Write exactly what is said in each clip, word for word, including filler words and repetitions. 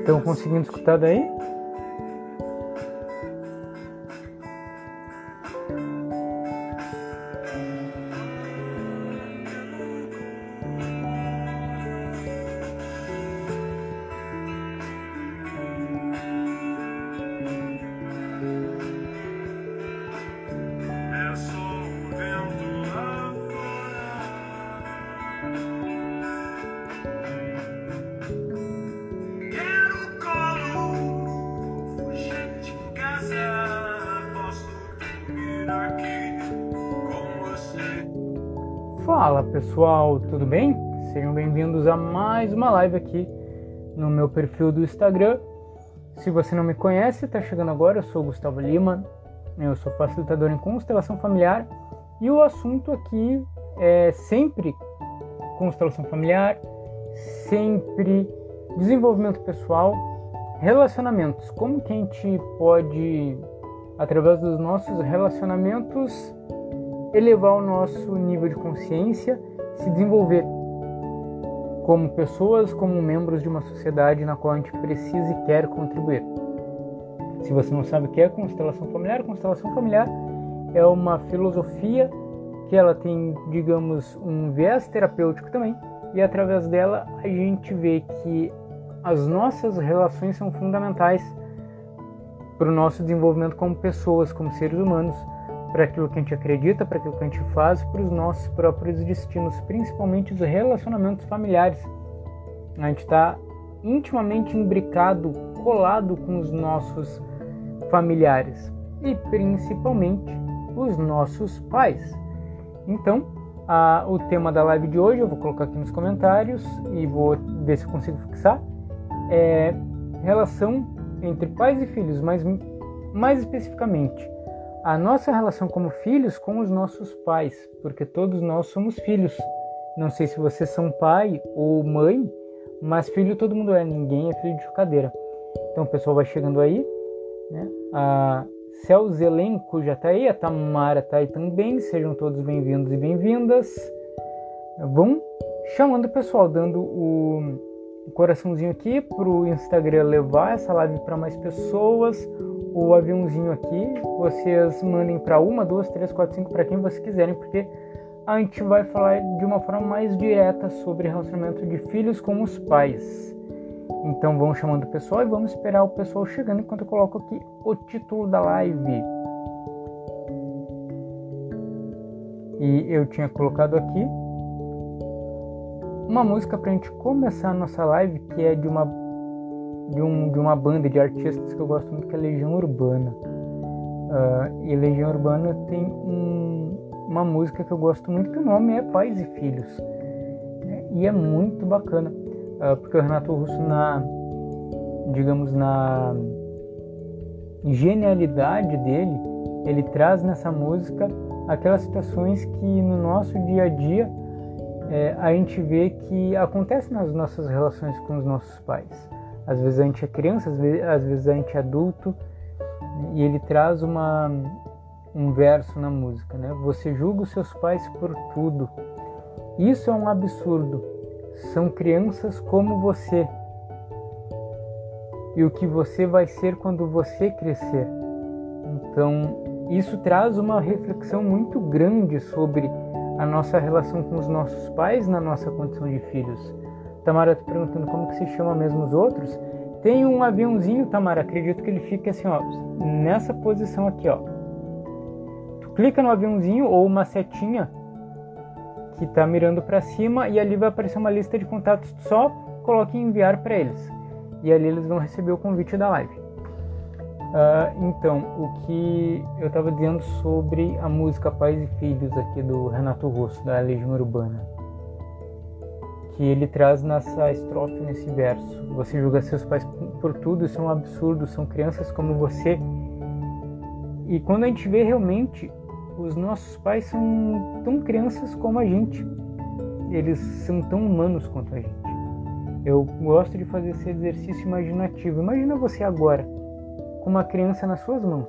Estão conseguindo escutar daí? Fala pessoal, tudo bem? Sejam bem-vindos a mais uma live aqui no meu perfil do Instagram. Se você não me conhece, está chegando agora, eu sou o Gustavo Lima, eu sou facilitador em constelação familiar e o assunto aqui é sempre constelação familiar, sempre desenvolvimento pessoal, relacionamentos. Como que a gente pode, através dos nossos relacionamentos, elevar o nosso nível de consciência, se desenvolver como pessoas, como membros de uma sociedade na qual a gente precisa e quer contribuir. Se você não sabe o que é constelação familiar, constelação familiar é uma filosofia que ela tem, digamos, um viés terapêutico também, e através dela a gente vê que as nossas relações são fundamentais para o nosso desenvolvimento como pessoas, como seres humanos, para aquilo que a gente acredita, para aquilo que a gente faz, para os nossos próprios destinos, principalmente os relacionamentos familiares. A gente está intimamente imbricado, colado com os nossos familiares e principalmente os nossos pais. Então, a, o tema da live de hoje, eu vou colocar aqui nos comentários e vou ver se eu consigo fixar, é relação entre pais e filhos, mas mais especificamente, a nossa relação como filhos com os nossos pais, porque todos nós somos filhos. Não sei se vocês são pai ou mãe, mas filho todo mundo é, ninguém é filho de chocadeira. Então o pessoal vai chegando aí, né? A Celzelenco já está aí, a Tamara está aí também, sejam todos bem-vindos e bem-vindas. Vão chamando o pessoal, dando o coraçãozinho aqui para o Instagram levar essa live para mais pessoas. O aviãozinho aqui, vocês mandem para uma, duas, três, quatro, cinco, para quem vocês quiserem, porque a gente vai falar de uma forma mais direta sobre relacionamento de filhos com os pais. Então vamos chamando o pessoal e vamos esperar o pessoal chegando enquanto eu coloco aqui o título da live. E eu tinha colocado aqui uma música para a gente começar a nossa live, que é de uma De, um, de uma banda de artistas que eu gosto muito, que é Legião Urbana. Uh, e Legião Urbana tem um, uma música que eu gosto muito, que o nome é Pais e Filhos. É, e é muito bacana, uh, porque o Renato Russo, na, digamos, na genialidade dele, ele traz nessa música aquelas situações que no nosso dia a dia é, a gente vê que acontecem nas nossas relações com os nossos pais. Às vezes a gente é criança, às vezes, às vezes a gente é adulto, e ele traz uma, um verso na música, né? Você julga os seus pais por tudo. Isso é um absurdo. São crianças como você. E o que você vai ser quando você crescer. Então, isso traz uma reflexão muito grande sobre a nossa relação com os nossos pais na nossa condição de filhos. Tamara está perguntando como que se chama mesmo os outros. Tem um aviãozinho, Tamara, acredito que ele fique assim, ó, nessa posição aqui, ó. Tu clica no aviãozinho ou uma setinha que está mirando para cima e ali vai aparecer uma lista de contatos. Só coloque em enviar para eles e ali eles vão receber o convite da live. Uh, então, o que eu estava dizendo sobre a música Pais e Filhos aqui do Renato Russo, da Legião Urbana, que ele traz nessa estrofe, nesse verso: você julga seus pais por tudo, isso é um absurdo, são crianças como você. E quando a gente vê realmente, os nossos pais são tão crianças como a gente, eles são tão humanos quanto a gente. Eu gosto de fazer esse exercício imaginativo. Imagina você agora, com uma criança nas suas mãos.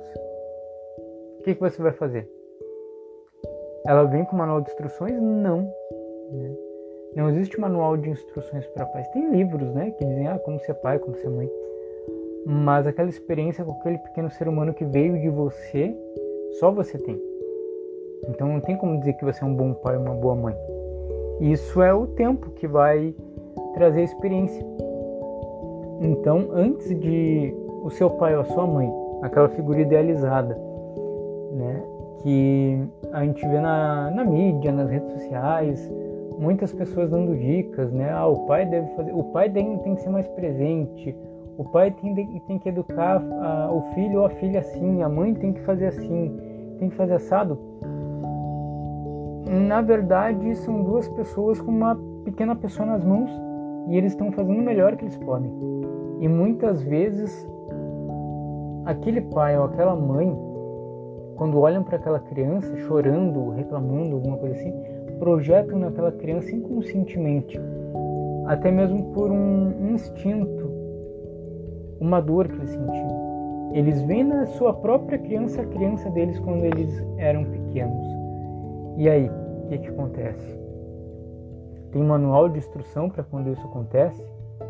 O que, que você vai fazer? Ela vem com manual de instruções? Não. Não existe manual de instruções para pais. Tem livros, né, que dizem ah, como ser pai, como ser mãe. Mas aquela experiência com aquele pequeno ser humano que veio de você, só você tem. Então não tem como dizer que você é um bom pai ou uma boa mãe. Isso é o tempo que vai trazer a experiência. Então, antes de o seu pai ou a sua mãe, aquela figura idealizada, né, que a gente vê na, na mídia, nas redes sociais, muitas pessoas dando dicas, né? Ah, o pai deve fazer, o pai tem, tem que ser mais presente, o pai tem, tem que educar a, o filho ou a filha assim, a mãe tem que fazer assim, tem que fazer assado. Na verdade, são duas pessoas com uma pequena pessoa nas mãos e eles estão fazendo o melhor que eles podem. E muitas vezes, aquele pai ou aquela mãe, quando olham para aquela criança chorando, reclamando, alguma coisa assim, projetam naquela criança inconscientemente, até mesmo por um instinto, uma dor que eles sentiam. Eles veem na sua própria criança a criança deles quando eles eram pequenos. E aí, o que, que acontece? Tem um manual de instrução para quando isso acontece?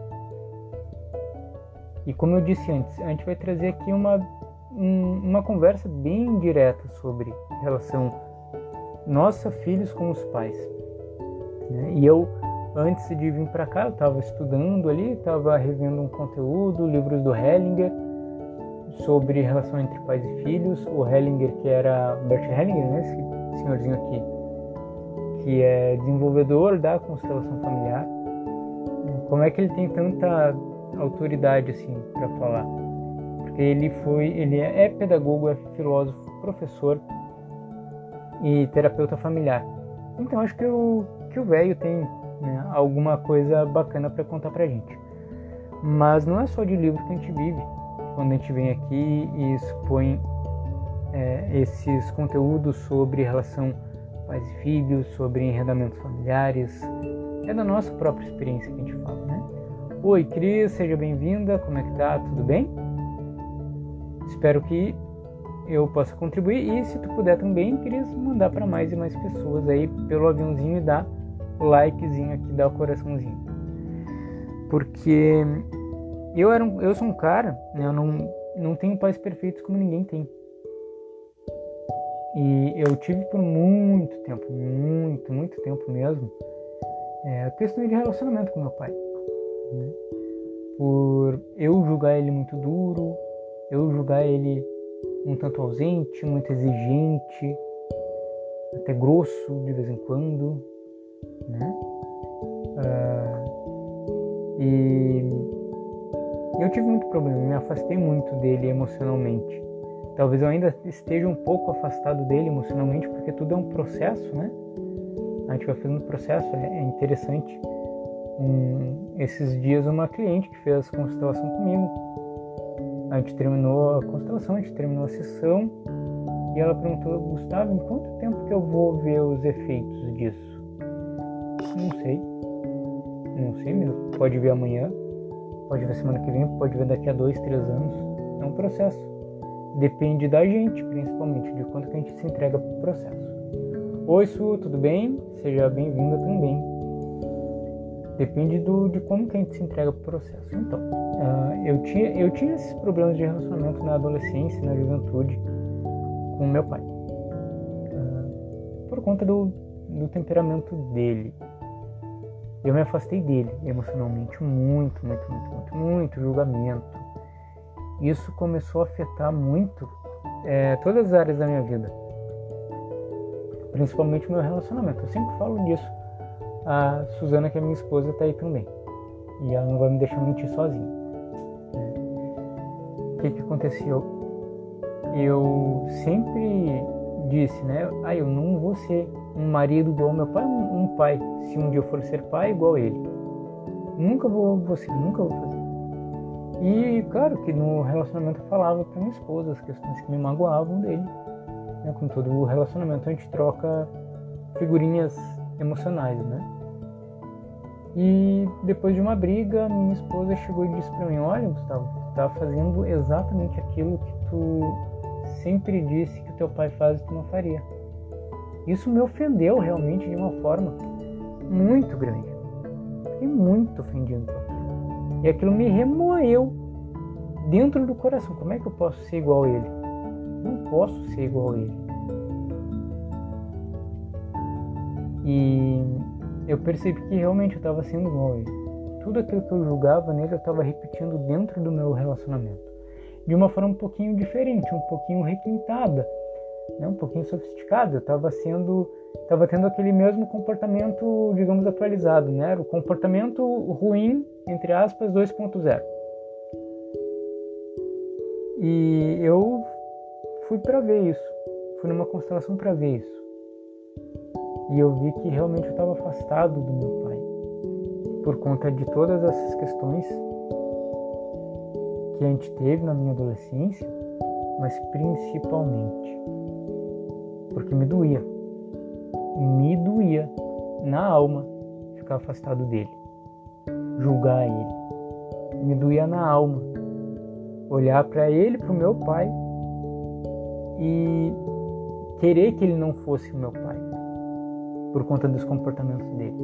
E como eu disse antes, a gente vai trazer aqui uma, um, uma conversa bem direta sobre relação nossa, filhos com os pais. Né? E eu, antes de vir para cá, eu estava estudando ali, estava revendo um conteúdo, livros do Hellinger, sobre relação entre pais e filhos. O Hellinger, que era Bert Hellinger, né? Esse senhorzinho aqui, que é desenvolvedor da constelação familiar. Como é que ele tem tanta autoridade assim para falar? Porque ele foi, ele é pedagogo, é filósofo, professor e terapeuta familiar. Então acho que o que o velho tem, né, alguma coisa bacana para contar pra gente. Mas não é só de livro que a gente vive quando a gente vem aqui e expõe é, esses conteúdos sobre relação pais e filhos, sobre enredamentos familiares. É da nossa própria experiência que a gente fala, né? Oi, Cris, seja bem-vinda. Como é que tá? Tudo bem? Espero que eu possa contribuir. E se tu puder também, Cris, mandar para mais e mais pessoas aí pelo aviãozinho e dar o likezinho aqui, dar o coraçãozinho. Porque eu, era um, eu sou um cara, né, eu não, não tenho pais perfeitos como ninguém tem. E eu tive por muito tempo, muito, muito tempo mesmo, é, a questão de relacionamento com meu pai. Né? Por eu julgar ele muito duro, eu julgar ele um tanto ausente, muito exigente, até grosso de vez em quando, né? Ah, e eu tive muito problema, me afastei muito dele emocionalmente. Talvez eu ainda esteja um pouco afastado dele emocionalmente, porque tudo é um processo, né? A gente vai fazendo processo, é interessante. Um, esses dias uma cliente que fez constelação comigo, a gente terminou a constelação, a gente terminou a sessão e ela perguntou: Gustavo, em quanto tempo que eu vou ver os efeitos disso? Não sei, não sei mesmo. Pode ver amanhã, pode ver semana que vem, pode ver daqui a dois, três anos. É um processo. Depende da gente, principalmente, de quanto que a gente se entrega para o processo. Oi, Su, tudo bem? Seja bem-vinda também. Depende do, de como que a gente se entrega para o processo. Então, uh, eu, tinha, eu tinha esses problemas de relacionamento na adolescência e na juventude com meu pai. Uh, por conta do, do temperamento dele. Eu me afastei dele emocionalmente muito, muito, muito, muito, muito julgamento. Isso começou a afetar muito é, todas as áreas da minha vida, principalmente o meu relacionamento. Eu sempre falo disso. A Suzana, que é minha esposa, está aí também, e ela não vai me deixar mentir sozinha. O que que aconteceu? Eu sempre disse, né? Ah, eu não vou ser um marido igual ao meu pai, um, um pai. Se um dia eu for ser pai, igual a ele, nunca vou, vou ser, nunca vou fazer. E claro que no relacionamento eu falava para minha esposa as questões que me magoavam dele. Né? Com todo o relacionamento a gente troca figurinhas emocionais, né? E depois de uma briga, minha esposa chegou e disse para mim: olha, Gustavo, tu tá fazendo exatamente aquilo que tu sempre disse que o teu pai faz e tu não faria. Isso me ofendeu realmente de uma forma muito grande. fiquei muito ofendido com aquilo. E aquilo me remoeu dentro do coração. Como é que eu posso ser igual a ele? Não posso ser igual a ele. E eu percebi que realmente eu estava sendo igual a ele. Tudo aquilo que eu julgava nele eu estava repetindo dentro do meu relacionamento. De uma forma um pouquinho diferente, um pouquinho requintada, né? Um pouquinho sofisticada. Eu estava sendo, estava tendo aquele mesmo comportamento, digamos, atualizado, né? Era o comportamento ruim, entre aspas, dois ponto zero. E eu fui para ver isso. Fui numa constelação para ver isso. E eu vi que realmente eu estava afastado do meu pai. Por conta de todas essas questões que a gente teve na minha adolescência, mas principalmente porque me doía. Me doía na alma ficar afastado dele, julgar ele. Me doía na alma olhar para ele, para o meu pai e querer que ele não fosse o meu pai por conta dos comportamentos dele.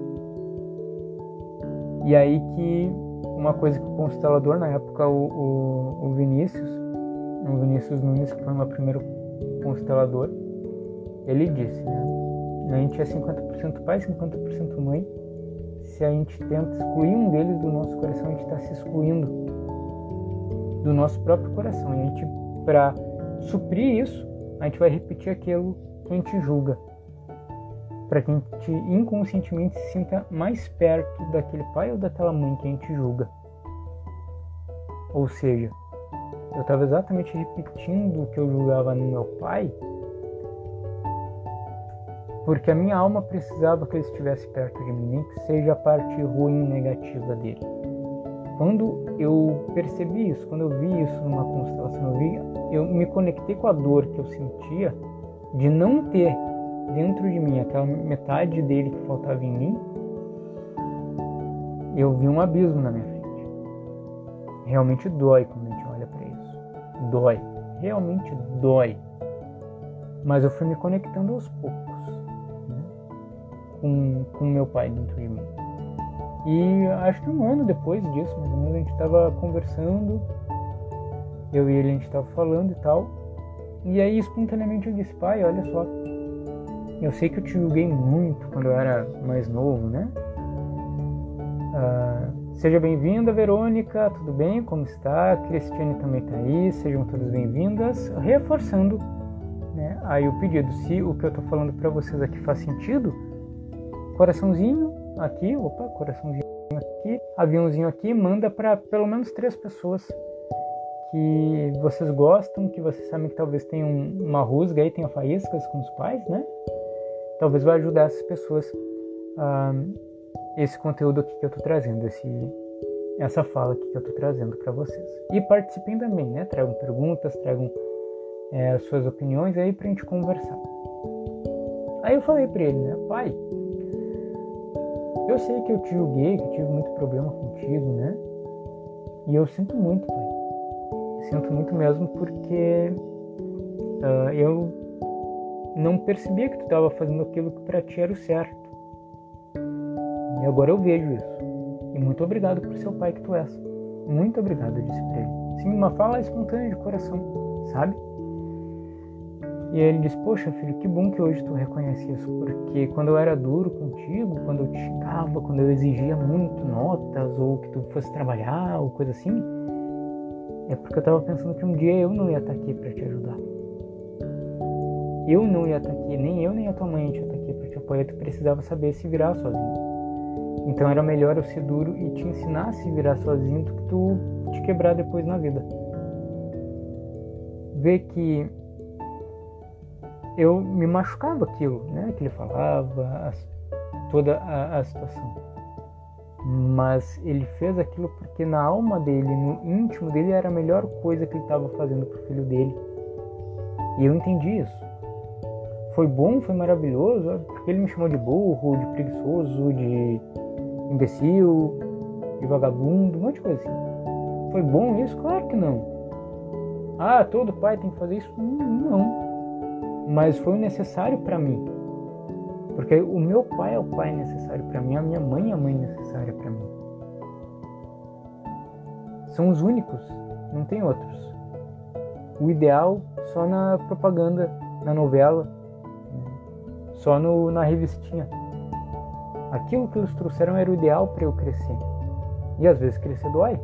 E aí que uma coisa que o constelador, na época o, o, o Vinícius, o Vinícius Nunes, que foi o meu primeiro constelador, ele disse, né? A gente é cinquenta por cento pai, cinquenta por cento mãe. Se a gente tenta excluir um deles do nosso coração, a gente está se excluindo do nosso próprio coração. E a gente, para suprir isso, a gente vai repetir aquilo que a gente julga, para que a gente inconscientemente se sinta mais perto daquele pai ou daquela mãe que a gente julga. Ou seja, eu estava exatamente repetindo o que eu julgava no meu pai, porque a minha alma precisava que ele estivesse perto de mim, nem que seja a parte ruim, negativa dele. Quando eu percebi isso, quando eu vi isso numa constelação, eu, vi, eu me conectei com a dor que eu sentia de não ter dentro de mim aquela metade dele que faltava em mim. Eu vi um abismo na minha frente. Realmente dói quando a gente olha para isso. Dói. Realmente dói. Mas eu fui me conectando aos poucos, né? com com meu pai dentro de mim. E acho que um ano depois disso, mais ou menos, a gente estava conversando, eu e ele, a gente estava falando e tal, e aí espontaneamente eu disse: pai, olha só, eu sei que eu te julguei muito quando eu era mais novo, né? Ah, seja bem-vinda, Verônica, tudo bem? Como está? A Cristiane também está aí, sejam todas bem-vindas. Reforçando, né, aí o pedido, se o que eu estou falando para vocês aqui faz sentido, coraçãozinho aqui, opa, coraçãozinho aqui, aviãozinho aqui, manda para pelo menos três pessoas que vocês gostam, que vocês sabem que talvez tenham uma rusga aí, tenham faíscas com os pais, né? Talvez vai ajudar essas pessoas, ah, esse conteúdo aqui que eu tô trazendo, esse, essa fala aqui que eu tô trazendo para vocês. E participem também, né? Tragam perguntas, tragam é, as suas opiniões aí pra gente conversar. Aí eu falei pra ele, né? Pai, eu sei que eu te julguei, que eu tive muito problema contigo, né? E eu sinto muito, pai. Eu sinto muito mesmo porque uh, eu não percebia que tu estava fazendo aquilo que para ti era o certo. E agora eu vejo isso. E muito obrigado por ser o pai que tu és. Muito obrigado, eu disse pra ele. Sim, uma fala espontânea de coração, sabe? E ele disse: poxa, filho, que bom que hoje tu reconhece isso, porque quando eu era duro contigo, quando eu te xingava, quando eu exigia muito notas, ou que tu fosse trabalhar, ou coisa assim, é porque eu tava pensando que um dia eu não ia estar aqui para te ajudar. Eu não ia estar aqui, nem eu nem a tua mãe ia estar aqui para te apoiar, tu precisava saber se virar sozinho. Então era melhor eu ser duro e te ensinar a se virar sozinho do que tu te quebrar depois na vida. Ver que eu me machucava aquilo, né, que ele falava, a, toda a, a situação. Mas ele fez aquilo porque na alma dele, no íntimo dele, era a melhor coisa que ele estava fazendo pro filho dele. E eu entendi isso. Foi bom, foi maravilhoso, porque ele me chamou de burro, de preguiçoso, de imbecil, de vagabundo, um monte de coisa assim. Foi bom isso? Claro que não. Ah, todo pai tem que fazer isso? Não. Mas foi necessário para mim. Porque o meu pai é o pai necessário para mim, a minha mãe é a mãe necessária para mim. São os únicos, não tem outros. O ideal só na propaganda, na novela, só no, na revistinha. Aquilo que eles trouxeram era o ideal para eu crescer. E às vezes crescer dói.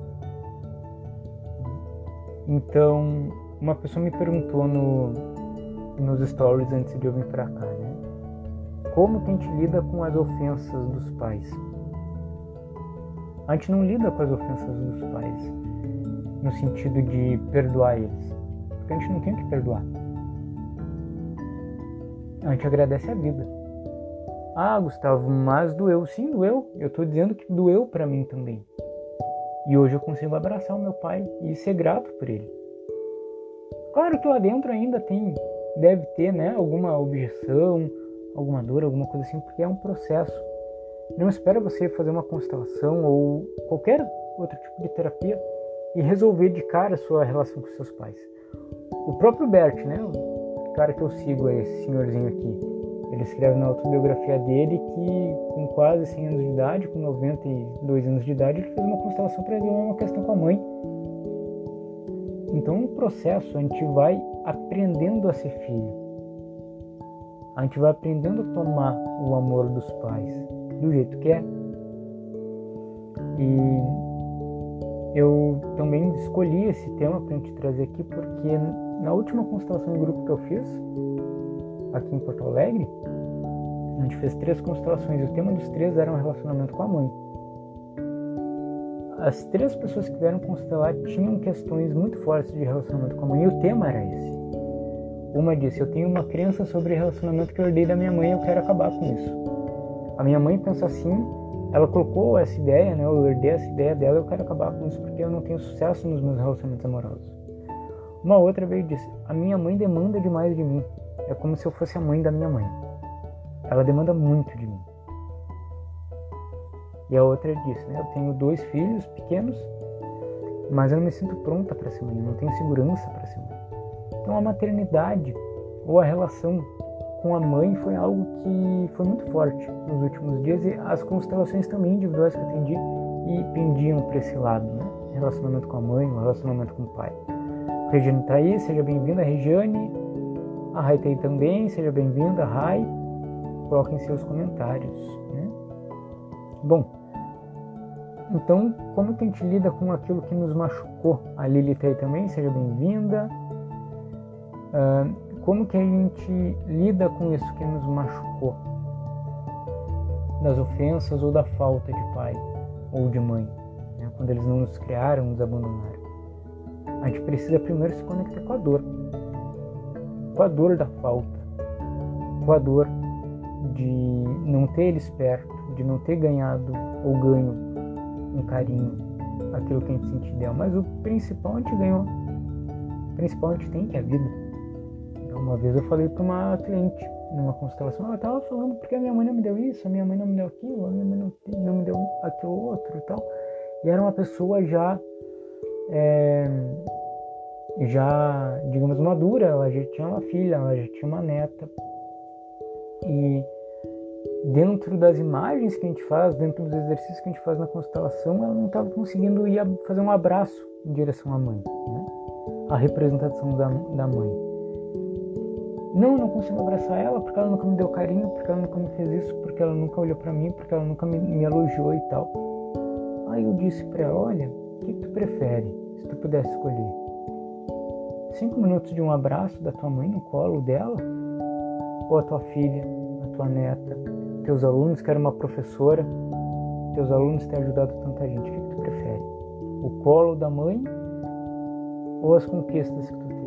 Então, uma pessoa me perguntou no, nos stories antes de eu vir pra cá, né? Como que a gente lida com as ofensas dos pais? A gente não lida com as ofensas dos pais no sentido de perdoar eles. Porque a gente não tem que perdoar. A gente agradece a vida. Ah, Gustavo, mas doeu. Sim, doeu. Eu tô dizendo que doeu pra mim também. E hoje eu consigo abraçar o meu pai e ser grato por ele. Claro que lá dentro ainda tem, deve ter, né, alguma objeção, alguma dor, alguma coisa assim, porque é um processo. Não espera você fazer uma constelação ou qualquer outro tipo de terapia e resolver de cara a sua relação com seus pais. O próprio Bert, né, o cara que eu sigo, é esse senhorzinho aqui, ele escreve na autobiografia dele que com quase cem anos de idade, com noventa e dois anos de idade, ele fez uma constelação para resolver uma questão com a mãe. Então, no processo, a gente vai aprendendo a ser filho. A gente vai aprendendo a tomar o amor dos pais do jeito que é. E eu também escolhi esse tema para a gente trazer aqui porque na última constelação em grupo que eu fiz, aqui em Porto Alegre, a gente fez três constelações e o tema dos três era um relacionamento com a mãe. As três pessoas que vieram constelar tinham questões muito fortes de relacionamento com a mãe e o tema era esse. Uma disse, eu tenho uma crença sobre relacionamento que eu herdei da minha mãe e eu quero acabar com isso. A minha mãe pensa assim, ela colocou essa ideia, né, eu herdei essa ideia dela e eu quero acabar com isso porque eu não tenho sucesso nos meus relacionamentos amorosos. Uma outra veio e disse, a minha mãe demanda demais de mim. É como se eu fosse a mãe da minha mãe. Ela demanda muito de mim. E a outra disse, né? Eu tenho dois filhos pequenos, mas eu não me sinto pronta para ser mãe, eu não tenho segurança para ser mãe. Então a maternidade ou a relação com a mãe foi algo que foi muito forte nos últimos dias e as constelações também individuais que eu atendi e pendiam para esse lado, né? Relacionamento com a mãe, o relacionamento com o pai. A Regiane está aí, seja bem-vinda, Regiane. A Rai está aí também, seja bem-vinda, Rai. Coloquem seus comentários, né? Bom, então, como que a gente lida com aquilo que nos machucou? A Lili está aí também, seja bem-vinda. Uh, como que a gente lida com isso que nos machucou? Das ofensas ou da falta de pai ou de mãe, né? Quando eles não nos criaram, nos abandonaram. A gente precisa primeiro se conectar com a dor. Com a dor da falta. Com a dor de não ter eles perto, de não ter ganhado ou ganho um carinho, aquilo que a gente sentia ideal. Mas o principal a gente ganhou. O principal a gente tem, que é a vida. Uma vez eu falei para uma cliente numa constelação, ela estava falando porque a minha mãe não me deu isso, a minha mãe não me deu aquilo, a minha mãe não, não me deu aquilo outro e tal. E era uma pessoa já, é, já, digamos, madura, ela já tinha uma filha, ela já tinha uma neta. E dentro das imagens que a gente faz, dentro dos exercícios que a gente faz na constelação, ela não estava conseguindo ir a fazer um abraço em direção à mãe, né? A representação da, da mãe. Não, eu não consigo abraçar ela porque ela nunca me deu carinho, porque ela nunca me fez isso, porque ela nunca olhou pra mim, porque ela nunca me, me elogiou e tal. Aí eu disse pra ela, olha, o que, que tu prefere, se tu pudesse escolher? Cinco minutos de um abraço da tua mãe no colo dela? Ou a tua filha, a tua neta, teus alunos, que era uma professora, teus alunos têm ajudado tanta gente, o que, que tu prefere? O colo da mãe ou as conquistas que tu teve?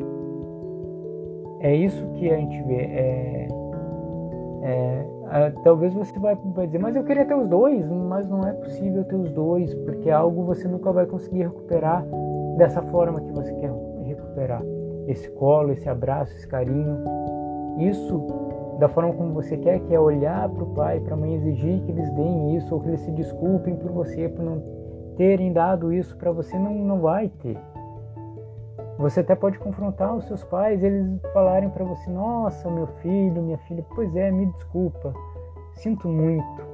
É isso que a gente vê. É, é, é, talvez você vai, vai dizer, mas eu queria ter os dois, mas não é possível ter os dois, porque é algo você nunca vai conseguir recuperar dessa forma que você quer recuperar. Esse colo, esse abraço, esse carinho. Isso da forma como você quer, que é olhar para o pai, para a mãe, exigir que eles deem isso, ou que eles se desculpem por você, por não terem dado isso para você, não, não vai ter. Você até pode confrontar os seus pais, eles falarem para você: nossa, meu filho, minha filha, pois é, me desculpa, sinto muito.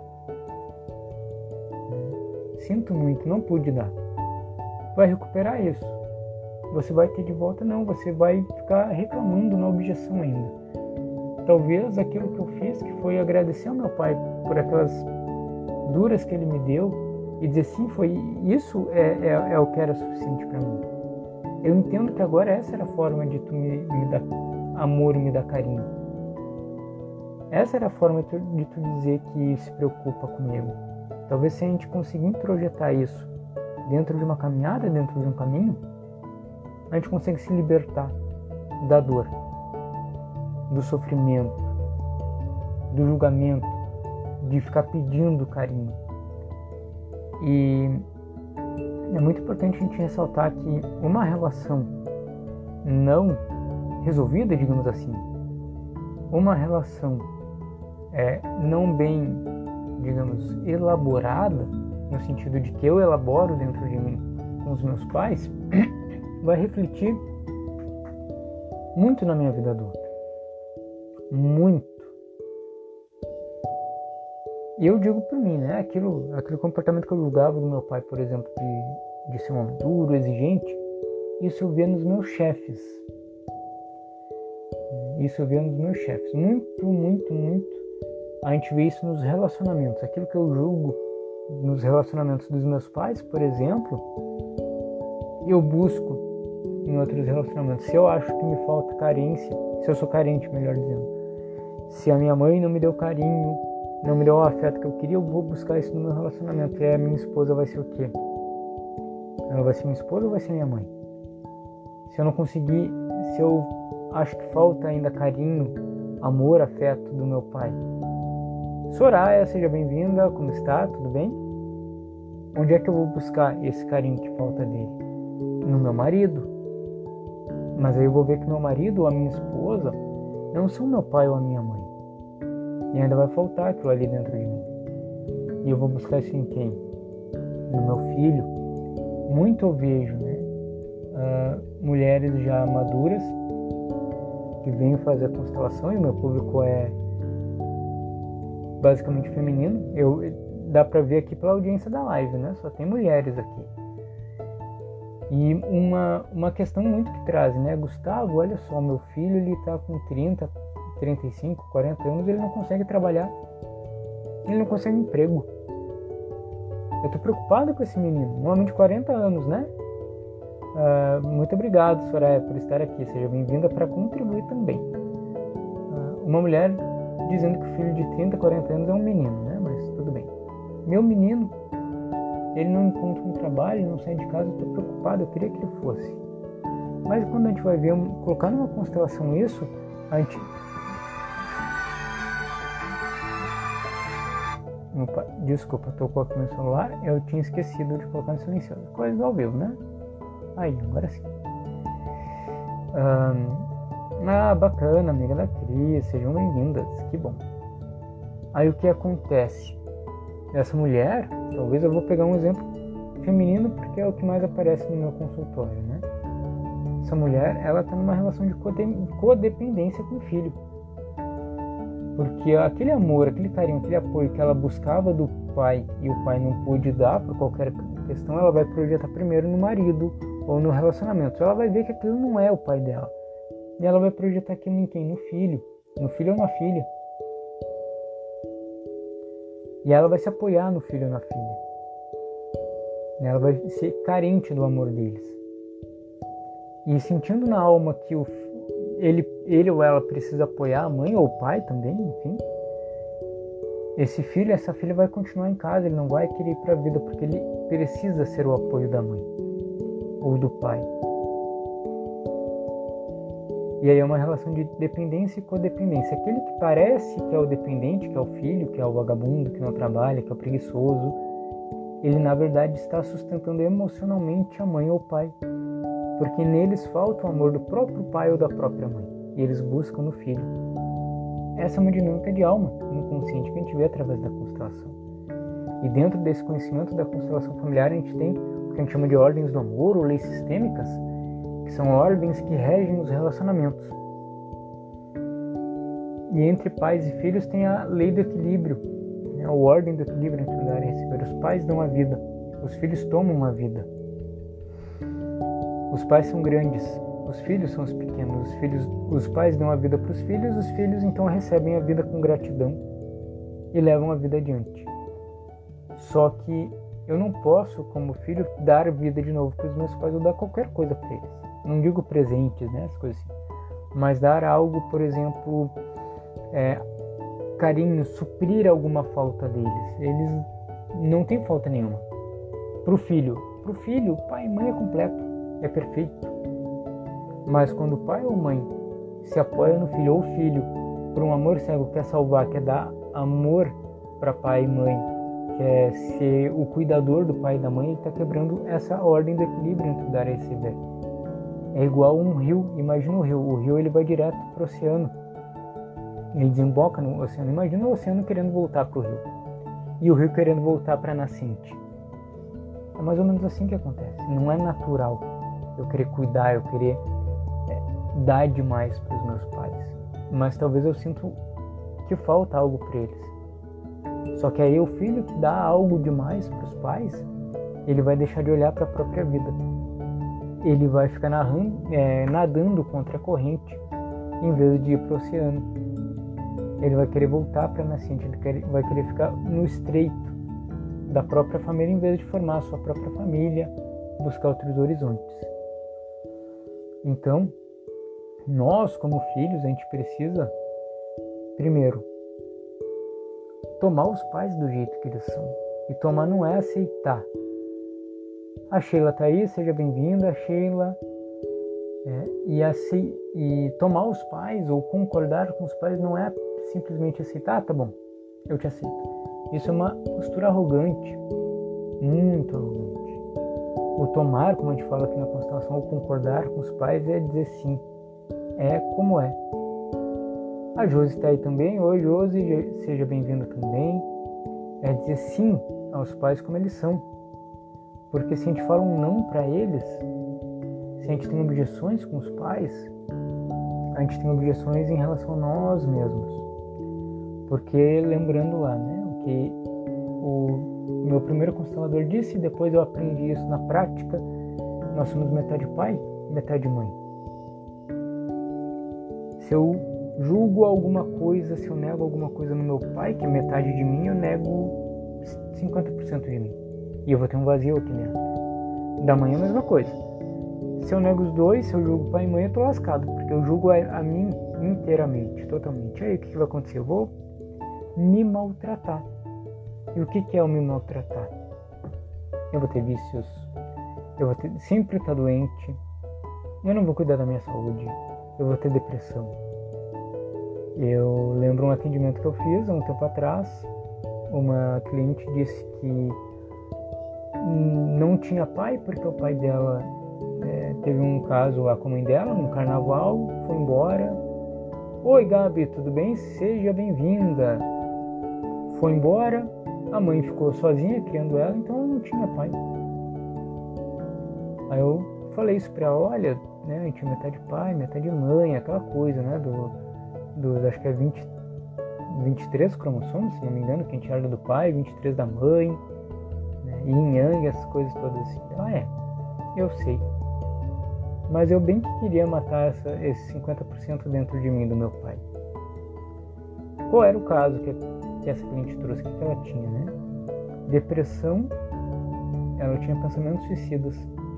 Sinto muito, não pude dar. Vai recuperar isso. Você vai ter de volta? Não, você vai ficar reclamando na objeção ainda. Talvez aquilo que eu fiz, que foi agradecer ao meu pai por aquelas duras que ele me deu e dizer sim, foi isso é, é, é o que era suficiente para mim. Eu entendo que agora essa era a forma de tu me, me dar amor e me dar carinho. Essa era a forma de tu dizer que se preocupa comigo. Talvez se a gente conseguir projetar isso dentro de uma caminhada, dentro de um caminho, a gente consegue se libertar da dor, do sofrimento, do julgamento, de ficar pedindo carinho. E é muito importante a gente ressaltar que uma relação não resolvida, digamos assim, uma relação é, não bem, digamos, elaborada, no sentido de que eu elaboro dentro de mim com os meus pais, vai refletir muito na minha vida adulta. Muito. E eu digo por mim, né? Aquilo, aquele comportamento que eu julgava do meu pai, por exemplo, de, de ser um homem duro, exigente, isso eu via nos meus chefes. Isso eu via nos meus chefes. Muito, muito, muito. A gente vê isso nos relacionamentos. Aquilo que eu julgo nos relacionamentos dos meus pais, por exemplo, eu busco em outros relacionamentos. Se eu acho que me falta carência, se eu sou carente, melhor dizendo, se a minha mãe não me deu carinho, não me deu o afeto que eu queria, eu vou buscar isso no meu relacionamento. E aí a minha esposa vai ser o quê? Ela vai ser minha esposa ou vai ser minha mãe? Se eu não conseguir, se eu acho que falta ainda carinho, amor, afeto do meu pai. Soraya, seja bem-vinda, como está? Tudo bem? Onde é que eu vou buscar esse carinho que falta dele? No meu marido. Mas aí eu vou ver que meu marido ou a minha esposa não são meu pai ou a minha mãe. E ainda vai faltar aquilo ali dentro de mim. E eu vou buscar isso em quem? No meu filho. Muito eu vejo, né? Uh, mulheres já maduras que vêm fazer a constelação, e o meu público é basicamente feminino. Eu, dá pra ver aqui pela audiência da live, né? Só tem mulheres aqui. E uma, uma questão muito que trazem, né? Gustavo, olha só, meu filho, ele tá com trinta, trinta e cinco, quarenta anos, ele não consegue trabalhar. Ele não consegue emprego. Eu tô preocupado com esse menino, um homem de quarenta anos, né? Uh, muito obrigado, Soraya, por estar aqui. Seja bem-vinda para contribuir também. Uh, uma mulher dizendo que o filho de trinta, quarenta anos é um menino, né? Mas tudo bem. Meu menino, ele não encontra um trabalho, ele não sai de casa, eu tô preocupado, eu queria que ele fosse. Mas quando a gente vai ver, colocar numa constelação isso, a gente... Opa, desculpa, tocou aqui no celular, eu tinha esquecido de colocar no silencioso. Coisa do ao vivo, né? Aí, agora sim. Um, ah, bacana, amiga da Cris, sejam bem-vindas, que bom. Aí o que acontece? Essa mulher, talvez eu vou pegar um exemplo feminino porque é o que mais aparece no meu consultório, né? Essa mulher, ela tá numa relação de codependência com o filho. Porque aquele amor, aquele carinho, aquele apoio que ela buscava do pai e o pai não pôde dar por qualquer questão, ela vai projetar primeiro no marido ou no relacionamento. Ela vai ver que aquilo não é o pai dela. E ela vai projetar aquilo em quem? No filho. No filho ou na filha. E ela vai se apoiar no filho ou na filha. E ela vai ser carente do amor deles. E sentindo na alma que o, ele, ele ou ela precisa apoiar a mãe ou o pai também, enfim. Esse filho, essa filha vai continuar em casa, ele não vai querer ir para a vida porque ele precisa ser o apoio da mãe ou do pai. E aí é uma relação de dependência e codependência. Aquele que parece que é o dependente, que é o filho, que é o vagabundo, que não trabalha, que é o preguiçoso, ele na verdade está sustentando emocionalmente a mãe ou o pai. Porque neles falta o amor do próprio pai ou da própria mãe. E eles buscam no filho. Essa é uma dinâmica de alma inconsciente que a gente vê através da constelação. E dentro desse conhecimento da constelação familiar a gente tem o que a gente chama de ordens do amor ou leis sistêmicas, que são ordens que regem os relacionamentos. E entre pais e filhos tem a lei do equilíbrio, né? A ordem do equilíbrio entre dar e receber. Os pais dão a vida, os filhos tomam a vida. Os pais são grandes, os filhos são os pequenos. Os filhos, os pais dão a vida para os filhos, os filhos então recebem a vida com gratidão e levam a vida adiante. Só que eu não posso, como filho, dar vida de novo para os meus pais ou dar qualquer coisa para eles. Não digo presentes, né, as coisas assim, mas dar algo, por exemplo, é, carinho, suprir alguma falta deles. Eles não têm falta nenhuma. Para o filho, para o filho, pai e mãe é completo, é perfeito. Mas quando o pai ou mãe se apoia no filho, ou o filho, por um amor cego, quer salvar, quer dar amor para pai e mãe, quer ser o cuidador do pai e da mãe, ele está quebrando essa ordem do equilíbrio entre dar e receber. É igual um rio, imagina o rio, o rio ele vai direto para o oceano, ele desemboca no oceano, imagina o oceano querendo voltar para o rio, e o rio querendo voltar para a nascente. É mais ou menos assim que acontece, não é natural eu querer cuidar, eu querer é, dar demais para os meus pais, mas talvez eu sinto que falta algo para eles. Só que aí o filho que dá algo demais para os pais, ele vai deixar de olhar para a própria vida. Ele vai ficar narrando, é, nadando contra a corrente em vez de ir para o oceano. Ele vai querer voltar para a nascente, ele quer, vai querer ficar no estreito da própria família em vez de formar a sua própria família, buscar outros horizontes. Então, nós como filhos, a gente precisa, primeiro, tomar os pais do jeito que eles são. E tomar não é aceitar. A Sheila tá aí, seja bem-vinda, Sheila. É, e, ace... e tomar os pais ou concordar com os pais não é simplesmente aceitar, ah, tá bom, eu te aceito. Isso é uma postura arrogante, muito arrogante. O tomar, como a gente fala aqui na constelação, ou concordar com os pais é dizer sim, é como é. A Josi está aí também. Oi, Josi, seja bem-vinda também. É dizer sim aos pais como eles são. Porque se a gente fala um não para eles, se a gente tem objeções com os pais, a gente tem objeções em relação a nós mesmos. Porque, lembrando lá, né, o que o meu primeiro constelador disse, e depois eu aprendi isso na prática, nós somos metade pai, metade mãe. Se eu julgo alguma coisa, se eu nego alguma coisa no meu pai, que é metade de mim, eu nego cinquenta por cento de mim. E eu vou ter um vazio aqui dentro. Da mãe é a mesma coisa. Se eu nego os dois, se eu julgo pai e mãe, eu tô lascado, porque eu julgo a, a mim inteiramente, totalmente. Aí o que, que vai acontecer? Eu vou me maltratar. E o que, que é o me maltratar? Eu vou ter vícios, eu vou ter, sempre estar doente, eu não vou cuidar da minha saúde, eu vou ter depressão. Eu lembro um atendimento que eu fiz há um tempo atrás, uma cliente disse que não tinha pai porque o pai dela é, teve um caso lá com a mãe dela no carnaval, foi embora. Oi Gabi, tudo bem? Seja bem-vinda. Foi embora, a mãe ficou sozinha criando ela, então ela não tinha pai. Aí eu falei isso pra ela, olha, né, a gente é metade pai, metade mãe, aquela coisa, né, do, do acho que é vinte, vinte e três cromossomos, se não me engano, que a gente herda do pai, vinte e três da mãe, né, yin yang, essas coisas todas assim. Ela é, eu sei. Mas eu bem que queria matar essa, esse cinquenta por cento dentro de mim do meu pai. Qual era o caso que, que essa cliente trouxe? O que ela tinha, né? Depressão, ela tinha pensamentos suicidas.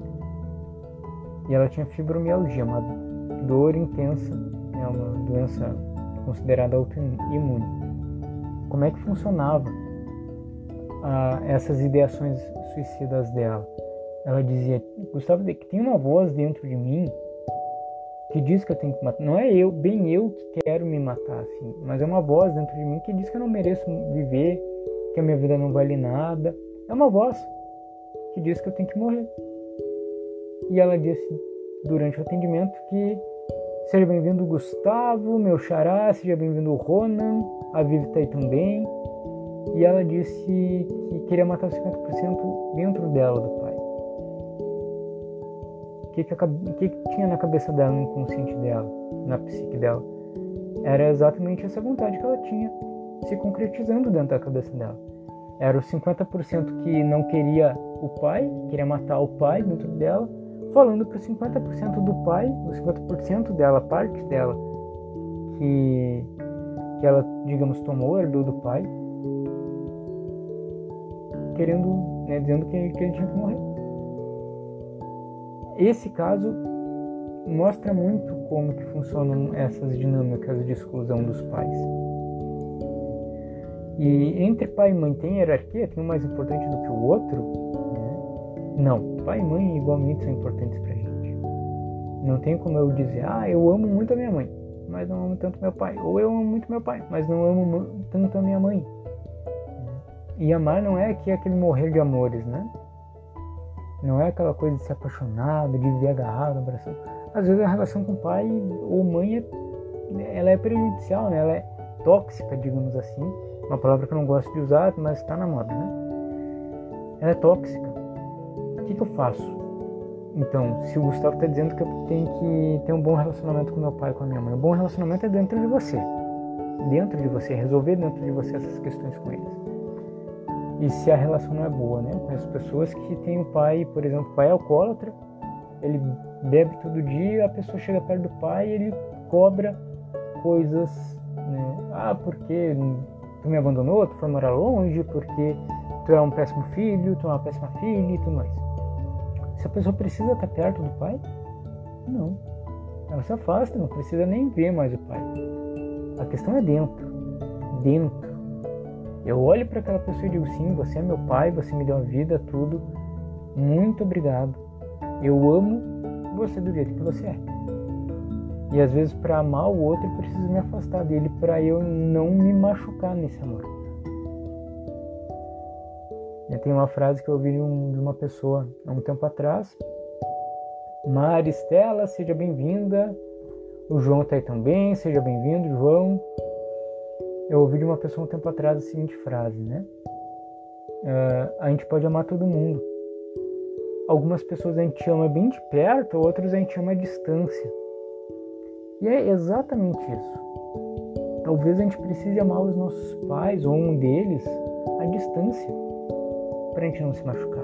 E ela tinha fibromialgia, uma dor intensa, né? Uma doença considerada autoimune. Como é que funcionava ah, essas ideações suicidas dela? Ela dizia, Gustavo, que tem uma voz dentro de mim que diz que eu tenho que matar. Não é eu, bem eu que quero me matar, assim, mas é uma voz dentro de mim que diz que eu não mereço viver, que a minha vida não vale nada. É uma voz que diz que eu tenho que morrer. E ela disse durante o atendimento que seja bem-vindo Gustavo, meu xará, seja bem-vindo Ronan, a Vivi tá aí também. E ela disse que queria matar os cinquenta por cento dentro dela do pai. O que que, que que tinha na cabeça dela, no inconsciente dela, na psique dela? Era exatamente essa vontade que ela tinha se concretizando dentro da cabeça dela. Era os cinquenta por cento que não queria o pai, queria matar o pai dentro dela, falando para os cinquenta por cento do pai, os cinquenta por cento dela, parte dela, que, que ela, digamos, tomou, herdou do pai, querendo, né, dizendo que, que ele tinha que morrer. Esse caso mostra muito como que funcionam essas dinâmicas de exclusão dos pais. E entre pai e mãe tem hierarquia? Tem um mais importante do que o outro? Não. Pai e mãe igualmente são importantes pra gente. Não tem como eu dizer, ah, eu amo muito a minha mãe, mas não amo tanto meu pai. Ou eu amo muito meu pai, mas não amo tanto a minha mãe. E amar não é aqui aquele morrer de amores, né? Não é aquela coisa de ser apaixonado, de viver agarrado, abraçado. Às vezes a relação com pai ou mãe é, ela é prejudicial, né? Ela é tóxica, digamos assim. Uma palavra que eu não gosto de usar, mas está na moda, né? Ela é tóxica. O que, que eu faço? Então, se o Gustavo está dizendo que eu tenho que ter um bom relacionamento com meu pai e com a minha mãe, um bom relacionamento é dentro de você. Dentro de você, resolver dentro de você essas questões com eles. E se a relação não é boa, né? Eu conheço pessoas que têm um pai, por exemplo, o pai é alcoólatra, ele bebe todo dia, a pessoa chega perto do pai e ele cobra coisas, né? Ah, porque tu me abandonou, tu foi morar longe, porque tu é um péssimo filho, tu é uma péssima filha e tudo mais. Se a pessoa precisa estar perto do pai, não. Ela se afasta, não precisa nem ver mais o pai. A questão é dentro. Dentro. Eu olho para aquela pessoa e digo, sim, você é meu pai, você me deu a vida, tudo. Muito obrigado. Eu amo você do jeito que você é. E às vezes para amar o outro eu preciso me afastar dele para eu não me machucar nesse amor. Tem uma frase que eu ouvi de, um, de uma pessoa há um tempo atrás. Maristela, seja bem-vinda. O João está aí também, seja bem-vindo, João. Eu ouvi de uma pessoa um tempo atrás a seguinte frase, né? Uh, a gente pode amar todo mundo. Algumas pessoas a gente ama bem de perto, outras a gente ama à distância. E é exatamente isso. Talvez a gente precise amar os nossos pais, ou um deles, à distância, para a gente não se machucar.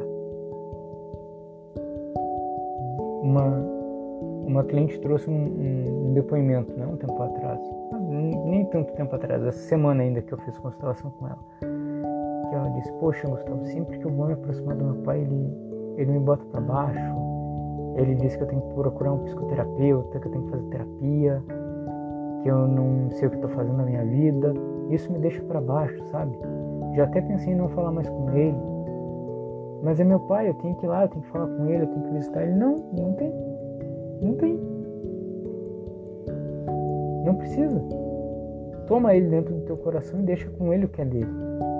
Uma, uma cliente trouxe um, um depoimento, né, um tempo atrás, nem tanto tempo atrás, essa semana ainda que eu fiz constelação com ela, que ela disse, poxa, Gustavo, sempre que eu vou me aproximar do meu pai, ele, ele me bota para baixo, ele diz que eu tenho que procurar um psicoterapeuta, que eu tenho que fazer terapia, que eu não sei o que estou fazendo na minha vida, isso me deixa para baixo, sabe? Já até pensei em não falar mais com ele, mas é meu pai, eu tenho que ir lá, eu tenho que falar com ele, eu tenho que visitar ele. Não, não tem. Não tem. Não precisa. Toma ele dentro do teu coração e deixa com ele o que é dele.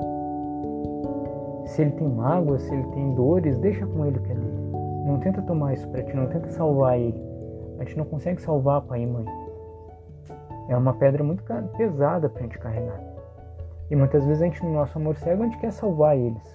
Se ele tem mágoas, se ele tem dores, deixa com ele o que é dele. Não tenta tomar isso pra ti, não tenta salvar ele. A gente não consegue salvar pai e mãe. É uma pedra muito pesada pra gente carregar. E muitas vezes a gente, no nosso amor cego, a gente quer salvar eles.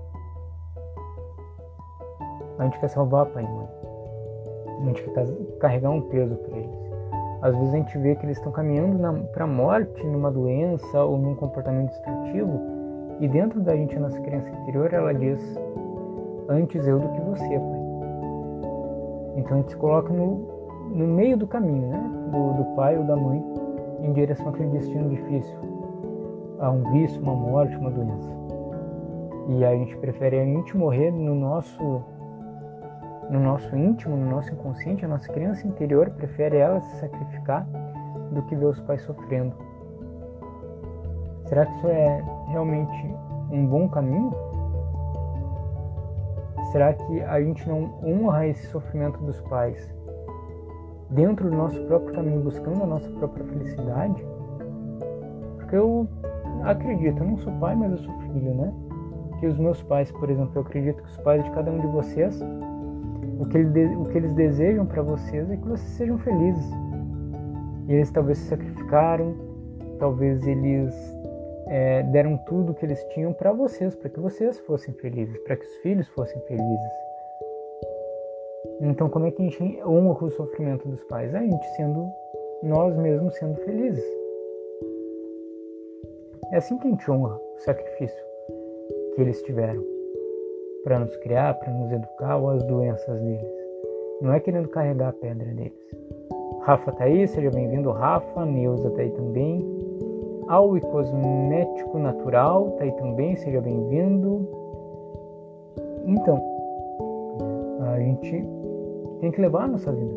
A gente quer salvar pai e mãe. A gente quer carregar um peso para eles. Às vezes a gente vê que eles estão caminhando para a morte, numa doença ou num comportamento destrutivo, e dentro da gente, a nossa criança interior, ela diz, antes eu do que você, pai. Então a gente se coloca no, no meio do caminho, né? Do, do pai ou da mãe, em direção àquele destino difícil, a um vício, uma morte, uma doença. E aí a gente prefere a gente morrer no nosso no nosso íntimo, no nosso inconsciente, a nossa criança interior prefere ela se sacrificar do que ver os pais sofrendo. Será que isso é realmente um bom caminho? Será que a gente não honra esse sofrimento dos pais dentro do nosso próprio caminho, buscando a nossa própria felicidade? Porque eu acredito, eu não sou pai, mas eu sou filho, né? Que os meus pais, por exemplo, eu acredito que os pais de cada um de vocês, O que, ele, o que eles desejam para vocês é que vocês sejam felizes. E eles talvez se sacrificaram, talvez eles é, deram tudo o que eles tinham para vocês, para que vocês fossem felizes, para que os filhos fossem felizes. Então, como é que a gente honra o sofrimento dos pais? A gente sendo, nós mesmos sendo felizes. É assim que a gente honra o sacrifício que eles tiveram para nos criar, para nos educar, ou as doenças deles. Não é querendo carregar a pedra deles. Rafa tá aí, seja bem-vindo, Rafa. Neuza tá aí também. Aui Cosmético Natural tá aí também, seja bem-vindo. Então, a gente tem que levar a nossa vida,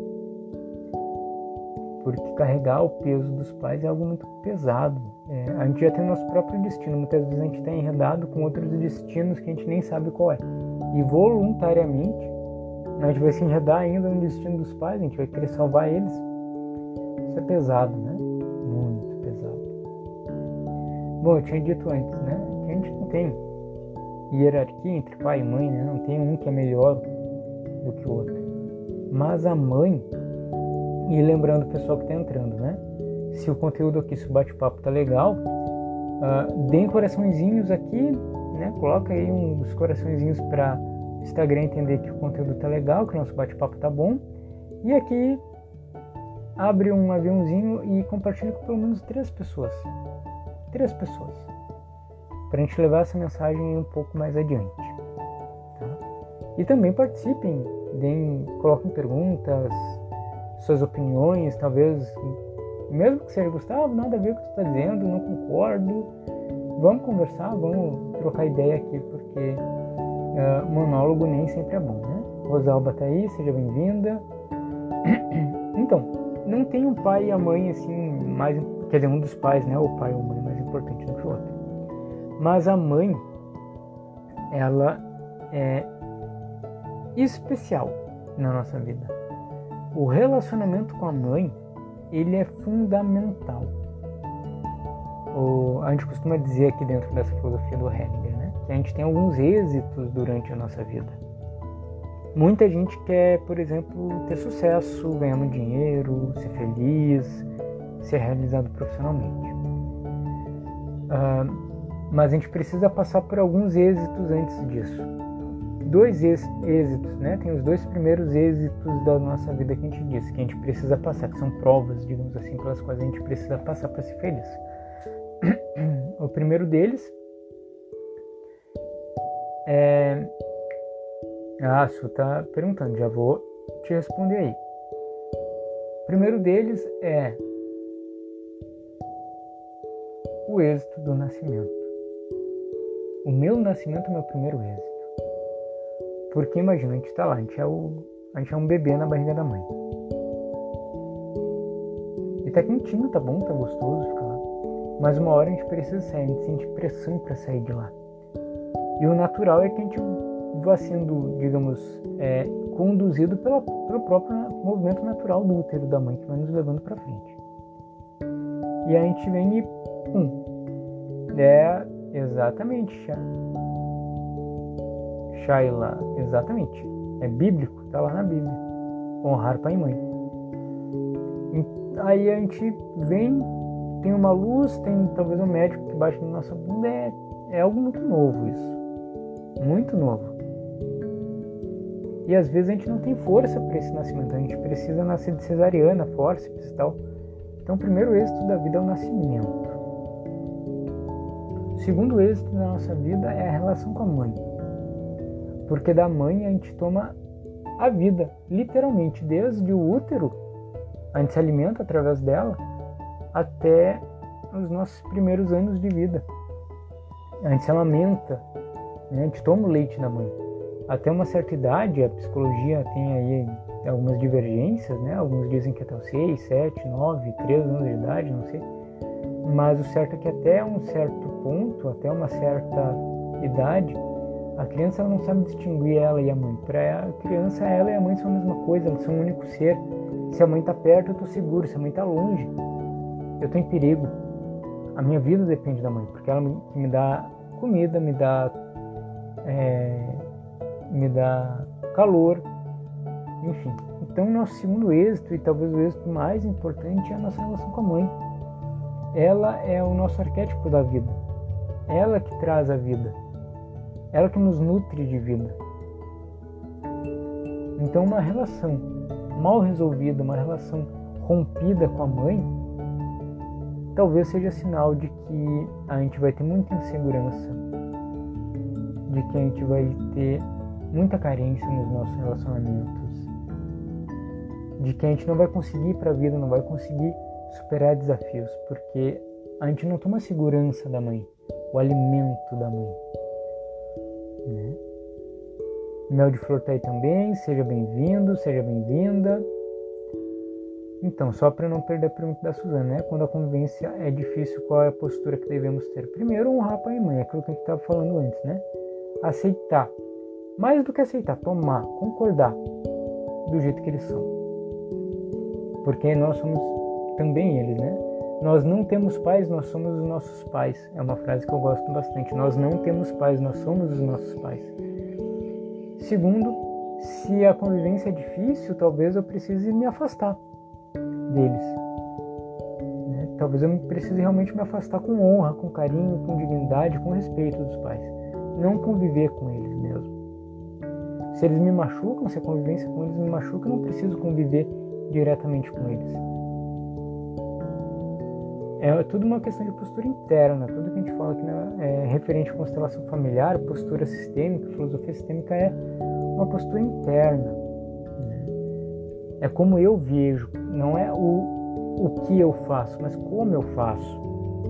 porque carregar o peso dos pais é algo muito pesado. É, a gente já tem o nosso próprio destino, muitas vezes a gente está enredado com outros destinos que a gente nem sabe qual é, e voluntariamente a gente vai se enredar ainda no destino dos pais, a gente vai querer salvar eles. Isso é pesado, né? Muito pesado. Bom, eu tinha dito antes, né, que a gente não tem hierarquia entre pai e mãe, né? Não tem um que é melhor do que o outro. Mas a mãe, e lembrando o pessoal que está entrando, né? Se o conteúdo aqui, se o bate-papo tá legal, uh, deem coraçõezinhos aqui, né? Coloca aí uns coraçõezinhos para o Instagram entender que o conteúdo tá legal, que o nosso bate-papo tá bom. E aqui abre um aviãozinho e compartilha com pelo menos três pessoas. Três pessoas. Para a gente levar essa mensagem um pouco mais adiante. Tá? E também participem, deem, coloquem perguntas, suas opiniões, talvez, mesmo que seja Gustavo, nada a ver com o que você está dizendo, não concordo, vamos conversar, vamos trocar ideia aqui, porque uh, monólogo nem sempre é bom, né? Rosalba tá aí, seja bem-vinda. Então, não tem um pai e a mãe assim, mais, quer dizer, um dos pais, né? O pai ou a mãe mais importante do que o outro. Mas a mãe, ela é especial na nossa vida. O relacionamento com a mãe, ele é fundamental. O, a gente costuma dizer aqui dentro dessa filosofia do Hellinger, né, que a gente tem alguns êxitos durante a nossa vida. Muita gente quer, por exemplo, ter sucesso, ganhar muito dinheiro, ser feliz, ser realizado profissionalmente. Uh, mas a gente precisa passar por alguns êxitos antes disso. Dois êxitos, né? Tem os dois primeiros êxitos da nossa vida que a gente disse, que a gente precisa passar, que são provas, digamos assim, pelas quais a gente precisa passar para ser feliz. O primeiro deles é... Ah, a Su tá perguntando, já vou te responder aí. O primeiro deles é o êxito do nascimento. O meu nascimento é o meu primeiro êxito. Porque imagina, a gente tá lá, a gente, é o, a gente é um bebê na barriga da mãe. E tá quentinho, tá bom, tá gostoso ficar lá. Mas uma hora a gente precisa sair, a gente sente pressão para sair de lá. E o natural é que a gente vá sendo, digamos, é, conduzido pela, pelo próprio movimento natural do útero da mãe, que vai nos levando para frente. E a gente vem e pum. É, exatamente, Shaila, exatamente. É bíblico, tá lá na Bíblia. Honrar pai e mãe. E aí a gente vem, tem uma luz, tem talvez um médico que bate na nossa bunda, é, é algo muito novo isso. Muito novo. E às vezes a gente não tem força para esse nascimento, a gente precisa nascer de cesariana, fórceps e tal. Então o primeiro êxito da vida é o nascimento. O segundo êxito da nossa vida é a relação com a mãe. Porque da mãe a gente toma a vida, literalmente, desde o útero, a gente se alimenta através dela, até os nossos primeiros anos de vida. A gente se amamenta, né? A gente toma o leite da mãe. Até uma certa idade, a psicologia tem aí algumas divergências, né? Alguns dizem que até os seis, sete, nove, três anos de idade, não sei. Mas o certo é que até um certo ponto, até uma certa idade, a criança ela não sabe distinguir ela e a mãe. Para a criança, ela e a mãe são a mesma coisa, elas são um único ser. Se a mãe está perto, eu estou seguro. Se a mãe está longe, eu estou em perigo. A minha vida depende da mãe, porque ela me dá comida, me dá, é, me dá calor, enfim. Então, o nosso segundo êxito, e talvez o êxito mais importante, é a nossa relação com a mãe. Ela é o nosso arquétipo da vida. Ela que traz a vida. Ela que nos nutre de vida. Então, uma relação mal resolvida, uma relação rompida com a mãe, talvez seja sinal de que a gente vai ter muita insegurança, de que a gente vai ter muita carência nos nossos relacionamentos, de que a gente não vai conseguir ir para a vida, não vai conseguir superar desafios, porque a gente não toma segurança da mãe, o alimento da mãe, né? Mel de Flor tá aí também, seja bem-vindo, seja bem-vinda. Então, só para não perder a pergunta da Suzana, né? Quando a convivência é difícil, qual é a postura que devemos ter? Primeiro, honrar pai e mãe, aquilo que a gente estava falando antes, né? Aceitar. Mais do que aceitar, tomar, concordar do jeito que eles são. Porque nós somos também eles, né? Nós não temos pais, nós somos os nossos pais. É uma frase que eu gosto bastante. Nós não temos pais, nós somos os nossos pais. Segundo, se a convivência é difícil, talvez eu precise me afastar deles. Né? Talvez eu precise realmente me afastar com honra, com carinho, com dignidade, com respeito dos pais. Não conviver com eles mesmo. Se eles me machucam, se a convivência com eles me machuca, eu não preciso conviver diretamente com eles. É tudo uma questão de postura interna. Tudo que a gente fala aqui, né, é referente à constelação familiar, postura sistêmica, filosofia sistêmica é uma postura interna. Né? É como eu vejo, não é o, o que eu faço, mas como eu faço.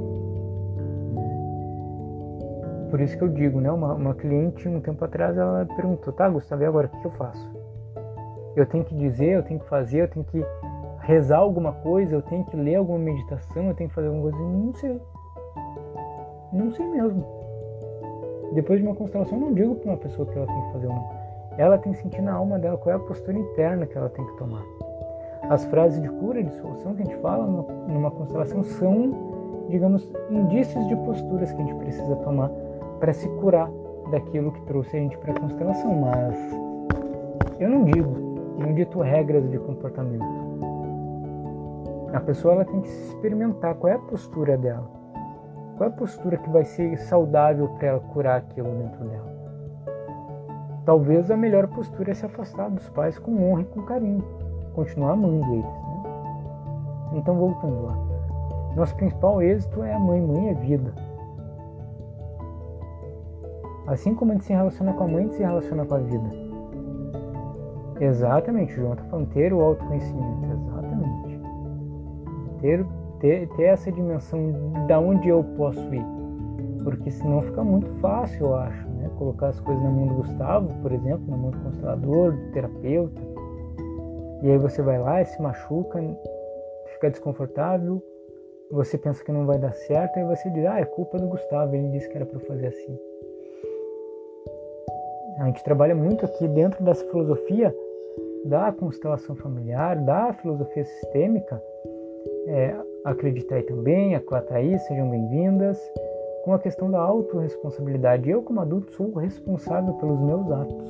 Por isso que eu digo, né, uma, uma cliente um tempo atrás, ela perguntou, tá, Gustavo, e agora o que eu faço? Eu tenho que dizer, eu tenho que fazer, eu tenho que rezar alguma coisa, eu tenho que ler alguma meditação, eu tenho que fazer alguma coisa, não sei. Não sei mesmo. Depois de uma constelação, eu não digo para uma pessoa que ela tem que fazer ou não. Ela tem que sentir na alma dela qual é a postura interna que ela tem que tomar. As frases de cura e de solução que a gente fala numa constelação são, digamos, indícios de posturas que a gente precisa tomar para se curar daquilo que trouxe a gente para a constelação. Mas eu não digo, não dito regras de comportamento. A pessoa ela tem que se experimentar qual é a postura dela. Qual é a postura que vai ser saudável para ela curar aquilo dentro dela. Talvez a melhor postura é se afastar dos pais com honra e com carinho. Continuar amando eles. Né? Então, voltando lá. Nosso principal êxito é a mãe. Mãe é vida. Assim como a gente se relaciona com a mãe, a gente se relaciona com a vida. Exatamente, o João está falando, ter o autoconhecimento. Exatamente. Ter, ter, ter essa dimensão da onde eu posso ir. Porque senão fica muito fácil, eu acho, né? Colocar as coisas na mão do Gustavo, por exemplo, na mão do constelador, do terapeuta. E aí você vai lá e se machuca, fica desconfortável, você pensa que não vai dar certo, aí você diz, ah, é culpa do Gustavo, ele disse que era para fazer assim. A gente trabalha muito aqui dentro dessa filosofia da constelação familiar, da filosofia sistêmica. É, acredita aí também, a Clataí, sejam bem-vindas, com a questão da autorresponsabilidade. Eu, como adulto, sou responsável pelos meus atos.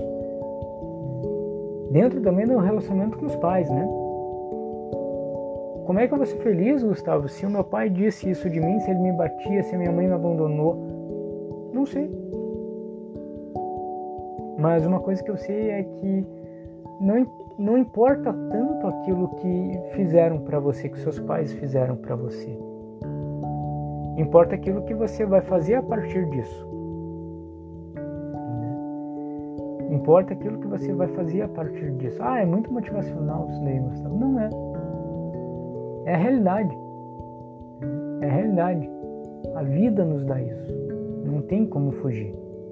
Dentro também do relacionamento com os pais, né? Como é que eu vou ser feliz, Gustavo, se o meu pai disse isso de mim, se ele me batia, se a minha mãe me abandonou? Não sei. Mas uma coisa que eu sei é que não, não importa tanto aquilo que fizeram para você, que seus pais fizeram para você. Importa aquilo que você vai fazer a partir disso. Importa aquilo que você vai fazer a partir disso. Ah, é muito motivacional isso daí, Gustavo. Não é. É a realidade. É a realidade. A vida nos dá isso. Não tem como fugir.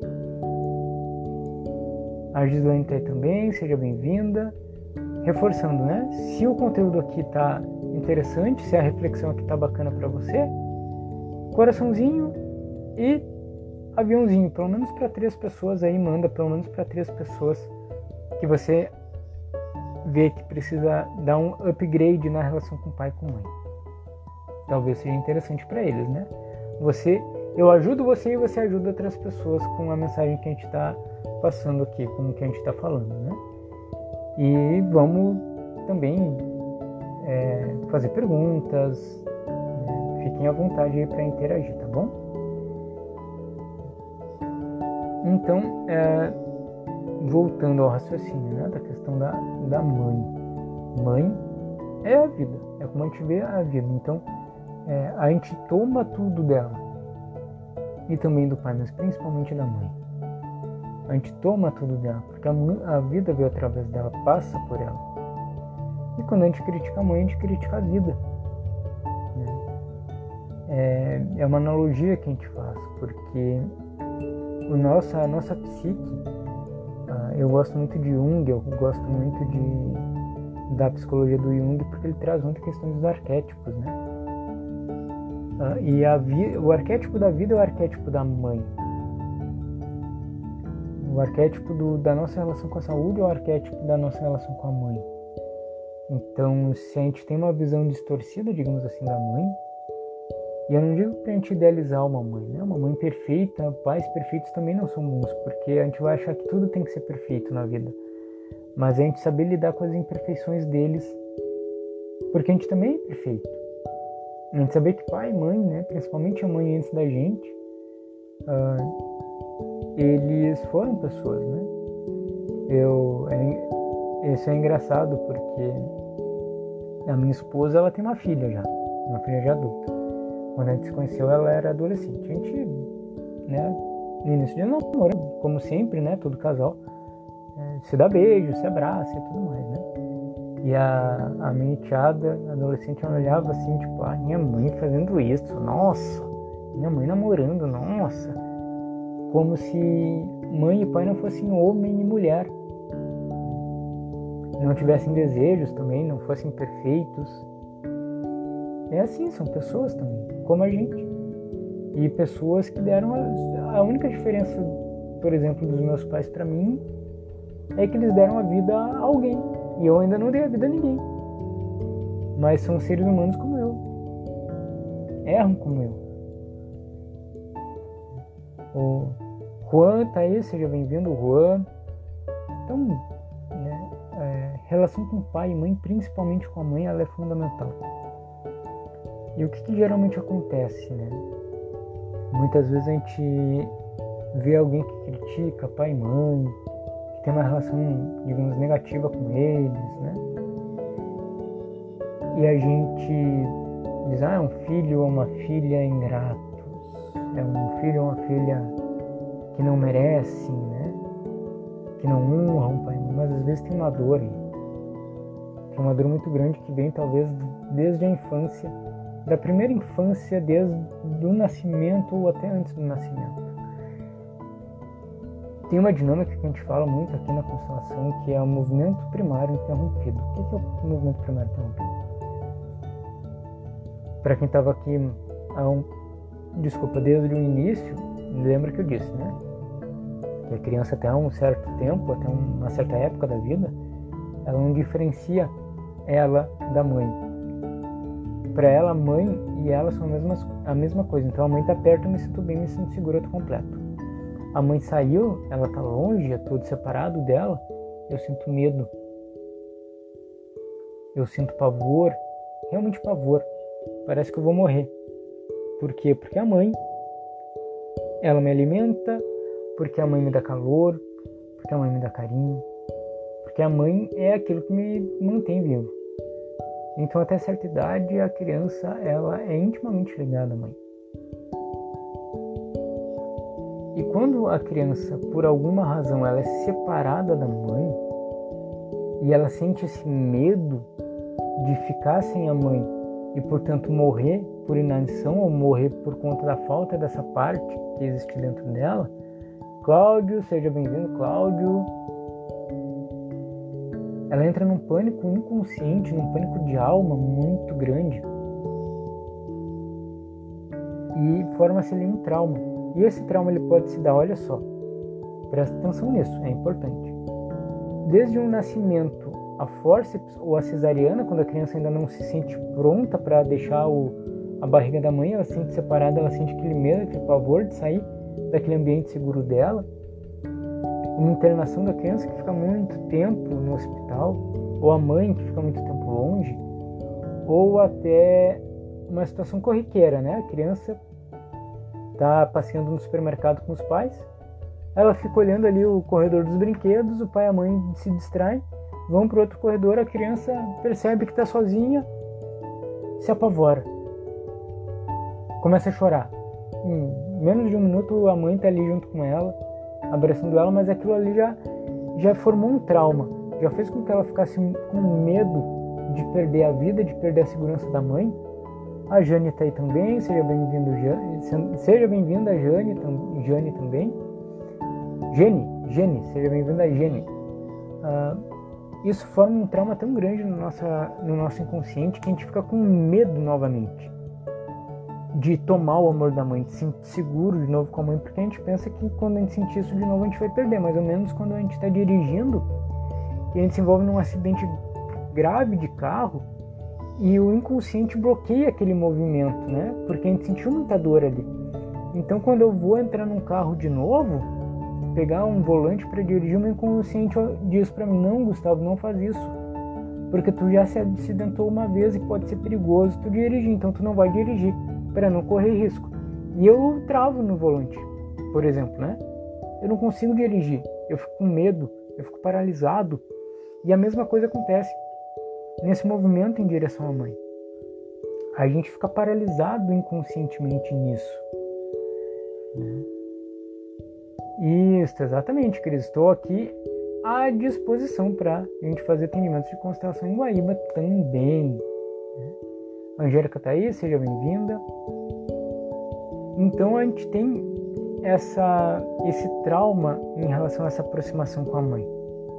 A Gislaine está aí também, seja bem-vinda. Reforçando, né? Se o conteúdo aqui está interessante, se a reflexão aqui está bacana para você, coraçãozinho e aviãozinho, pelo menos para três pessoas aí, manda pelo menos para três pessoas que você vê que precisa dar um upgrade na relação com o pai e com a mãe. Talvez seja interessante para eles, né? Você, eu ajudo você e você ajuda outras pessoas com a mensagem que a gente está passando aqui, com o que a gente está falando, né? E vamos também é, fazer perguntas, né? Fiquem à vontade aí para interagir, tá bom? Então, é, voltando ao raciocínio, né, da questão da, da mãe. Mãe é a vida, é como a gente vê a vida. Então, é, a gente toma tudo dela. E também do pai, mas principalmente da mãe. A gente toma tudo dela, porque a, mãe, a vida veio através dela, passa por ela. E quando a gente critica a mãe, a gente critica a vida. Né? É, é uma analogia que a gente faz, porque o nossa, a nossa psique, uh, eu gosto muito de Jung, eu gosto muito de, da psicologia do Jung, porque ele traz muita questão dos arquétipos, né? Uh, e a vi, o arquétipo da vida é o arquétipo da mãe. O arquétipo do, da nossa relação com a saúde é o arquétipo da nossa relação com a mãe. Então, se a gente tem uma visão distorcida, digamos assim, da mãe, e eu não digo pra gente idealizar uma mãe, né? Uma mãe perfeita, pais perfeitos também não são bons, porque a gente vai achar que tudo tem que ser perfeito na vida. Mas a gente saber lidar com as imperfeições deles, porque a gente também é perfeito. A gente saber que pai e mãe, né? Principalmente a mãe antes da gente, uh, eles foram pessoas, né? Eu, é, isso é engraçado, porque a minha esposa, ela tem uma filha já, uma filha já adulta. Quando a gente se conheceu, ela era adolescente. A gente, né, no início de namoro, como sempre, né, todo casal, é, se dá beijo, se abraça e tudo mais, né? E a, a minha enteada, adolescente, ela olhava assim, tipo, ah, minha mãe fazendo isso, nossa, minha mãe namorando, nossa. Como se mãe e pai não fossem homem e mulher. Não tivessem desejos também, não fossem perfeitos. É assim, são pessoas também, como a gente. E pessoas que deram a, a única diferença, por exemplo, dos meus pais para mim, é que eles deram a vida a alguém. E eu ainda não dei a vida a ninguém. Mas são seres humanos como eu. Erram como eu. O Juan tá aí, seja bem-vindo, Juan. Então, né, é, relação com pai e mãe, principalmente com a mãe, ela é fundamental. E o que, que geralmente acontece, né? Muitas vezes a gente vê alguém que critica pai e mãe, que tem uma relação, digamos, negativa com eles, né? E a gente diz, ah, é um filho ou uma filha ingratos, é um filho ou uma filha que não merecem, né? Que não honram pai e mãe, mas às vezes tem uma dor aí. Tem uma dor muito grande que vem talvez desde a infância, da primeira infância, desde o nascimento ou até antes do nascimento. Tem uma dinâmica que a gente fala muito aqui na constelação, que é o movimento primário interrompido. O que é o movimento primário interrompido? Para quem estava aqui, há um, desculpa, desde o início, lembra que eu disse, né? Que a criança até um certo tempo, até uma certa época da vida, ela não diferencia ela da mãe. Para ela, a mãe e ela são a mesma, a mesma coisa. Então a mãe está perto, eu me sinto bem, me sinto seguro, eu tô completo. A mãe saiu, ela tá longe, eu tô separado dela, eu sinto medo. Eu sinto pavor, realmente pavor. Parece que eu vou morrer. Por quê? Porque a mãe, ela me alimenta, porque a mãe me dá calor, porque a mãe me dá carinho, porque a mãe é aquilo que me mantém vivo. Então, até certa idade, a criança, ela é intimamente ligada à mãe. E quando a criança, por alguma razão, ela é separada da mãe, e ela sente esse medo de ficar sem a mãe e, portanto, morrer por inanição ou morrer por conta da falta dessa parte que existe dentro dela, Cláudio, seja bem-vindo, Cláudio. Ela entra num pânico inconsciente, num pânico de alma muito grande. E forma-se ali um trauma. E esse trauma ele pode se dar, olha só, presta atenção nisso, é importante. Desde o nascimento, a fórceps ou a cesariana, quando a criança ainda não se sente pronta para deixar o, a barriga da mãe, ela se sente separada, ela sente aquele medo, aquele pavor de sair daquele ambiente seguro dela. Uma internação da criança que fica muito tempo no hospital, ou a mãe que fica muito tempo longe, ou até uma situação corriqueira, né? A criança está passeando no supermercado com os pais, ela fica olhando ali o corredor dos brinquedos, o pai e a mãe se distraem, vão para outro corredor, a criança percebe que está sozinha, se apavora, começa a chorar. Em menos de um minuto a mãe está ali junto com ela, abraçando ela, mas aquilo ali já, já formou um trauma, já fez com que ela ficasse com medo de perder a vida, de perder a segurança da mãe. A Jane está aí também, seja bem-vindo, seja bem-vinda, Jane, Jane também. Gene, Gene, seja bem-vinda, Gene. Uh, isso forma um trauma tão grande no, nossa, no nosso inconsciente que a gente fica com medo novamente de tomar o amor da mãe, de se sentir seguro de novo com a mãe, porque a gente pensa que quando a gente sentir isso de novo a gente vai perder, mais ou menos quando a gente está dirigindo e a gente se envolve num acidente grave de carro e o inconsciente bloqueia aquele movimento, né? Porque a gente sentiu muita dor ali. Então quando eu vou entrar num carro de novo, pegar um volante para dirigir, o meu inconsciente diz para mim: não, Gustavo, não faz isso, porque tu já se acidentou uma vez e pode ser perigoso tu dirigir, então tu não vai dirigir para não correr risco. E eu travo no volante, por exemplo, né? Eu não consigo dirigir, eu fico com medo, eu fico paralisado. E a mesma coisa acontece nesse movimento em direção à mãe. A gente fica paralisado inconscientemente nisso, né? Isso, exatamente, Cris. Estou aqui à disposição para a gente fazer atendimentos de constelação em Guaíba também. A Angélica está aí, seja bem-vinda. Então a gente tem essa, esse trauma em relação a essa aproximação com a mãe.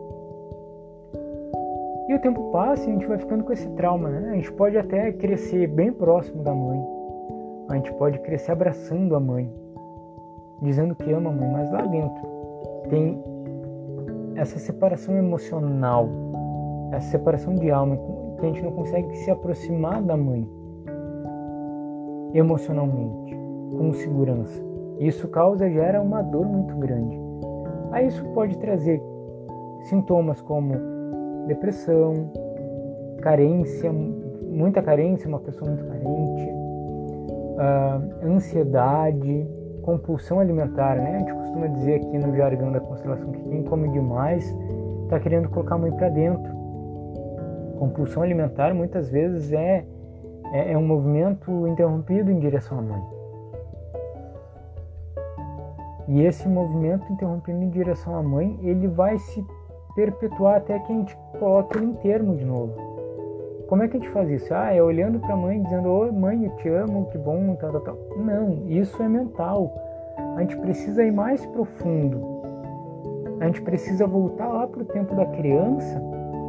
E o tempo passa e a gente vai ficando com esse trauma, né? A gente pode até crescer bem próximo da mãe. A gente pode crescer abraçando a mãe, dizendo que ama a mãe, mas lá dentro tem essa separação emocional, essa separação de alma, que a gente não consegue se aproximar da mãe emocionalmente, com segurança. Isso causa, gera uma dor muito grande. Aí isso pode trazer sintomas como depressão, carência, muita carência, uma pessoa muito carente, uh, ansiedade, compulsão alimentar, né? A gente costuma dizer aqui no jargão da constelação que quem come demais está querendo colocar a mãe para dentro. Compulsão alimentar muitas vezes é, é, é um movimento interrompido em direção à mãe. E esse movimento interrompido em direção à mãe, ele vai se perpetuar até que a gente coloque ele em termo de novo. Como é que a gente faz isso? Ah, é olhando para a mãe dizendo: oi mãe, eu te amo, que bom, tal, tal, tal. Não, isso é mental. A gente precisa ir mais profundo. A gente precisa voltar lá para o tempo da criança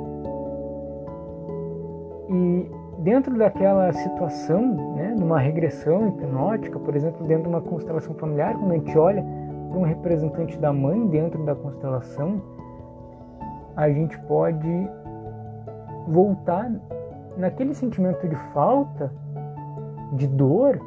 e dentro daquela situação, né, numa regressão hipnótica, por exemplo, dentro de uma constelação familiar, quando a gente olha para um representante da mãe dentro da constelação, a gente pode voltar naquele sentimento de falta, de dor,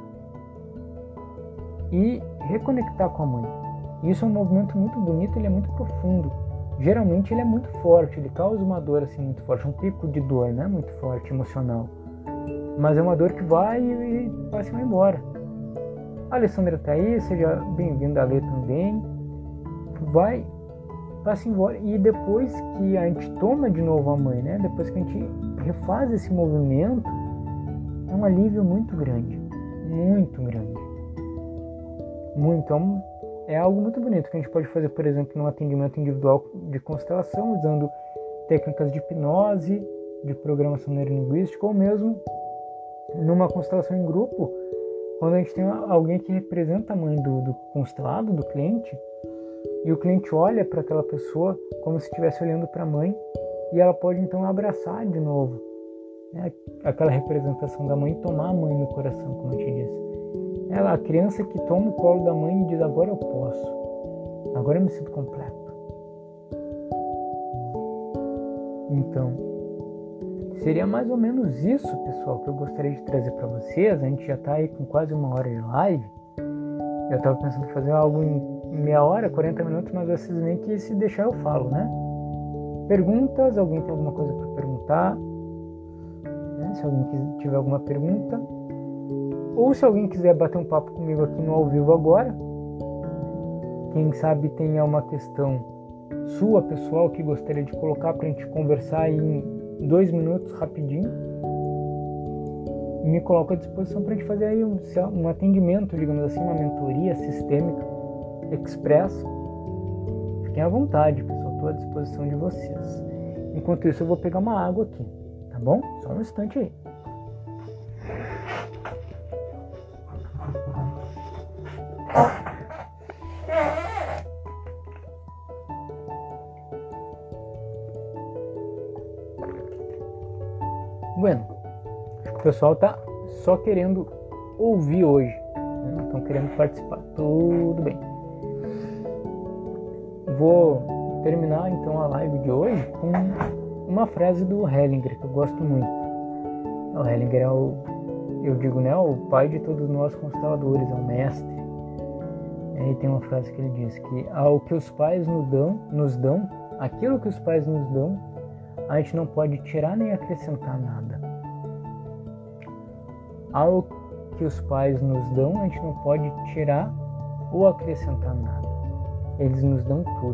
e reconectar com a mãe. Isso é um movimento muito bonito, ele é muito profundo. Geralmente ele é muito forte, ele causa uma dor assim muito forte, um pico de dor, né, muito forte, emocional. Mas é uma dor que vai e vai se vai embora. A Alessandra está aí, seja bem-vinda a ler também. Vai, vai-se embora. E depois que a gente toma de novo a mãe, né, depois que a gente refaz esse movimento, é um alívio muito grande, muito grande. Muito, é algo muito bonito que a gente pode fazer, por exemplo, num atendimento individual de constelação, usando técnicas de hipnose, de programação neurolinguística, ou mesmo numa constelação em grupo, quando a gente tem alguém que representa a mãe do, do constelado, do cliente, e o cliente olha para aquela pessoa como se estivesse olhando para a mãe, e ela pode então abraçar de novo, né, aquela representação da mãe, e tomar a mãe no coração, como eu te disse. Ela, a criança que toma o colo da mãe e diz: agora eu posso, agora eu me sinto completo. Então, seria mais ou menos isso, pessoal, que eu gostaria de trazer para vocês. A gente já está aí com quase uma hora de live. Eu estava pensando em fazer algo em meia hora, quarenta minutos, mas vocês veem que se deixar eu falo, né? Perguntas? Alguém tem alguma coisa para perguntar? Né? Se alguém tiver alguma pergunta, ou se alguém quiser bater um papo comigo aqui no ao vivo agora, quem sabe tenha uma questão sua, pessoal, que gostaria de colocar para a gente conversar em dois minutos rapidinho, me coloco à disposição para a gente fazer aí um, um atendimento, digamos assim, uma mentoria sistêmica, express. Fiquem à vontade, pessoal, estou à disposição de vocês. Enquanto isso, eu vou pegar uma água aqui, tá bom? Só um instante aí. Bueno, acho que o pessoal tá só querendo ouvir hoje, né? Não estão querendo participar. Tudo bem. Vou terminar então a live de hoje com uma frase do Hellinger que eu gosto muito. O Hellinger é o, eu digo, né, o pai de todos nós consteladores, é o mestre. E tem uma frase que ele diz que ao que os pais nos dão, nos dão, aquilo que os pais nos dão, a gente não pode tirar nem acrescentar nada. Ao que os pais nos dão, a gente não pode tirar ou acrescentar nada. Eles nos dão tudo.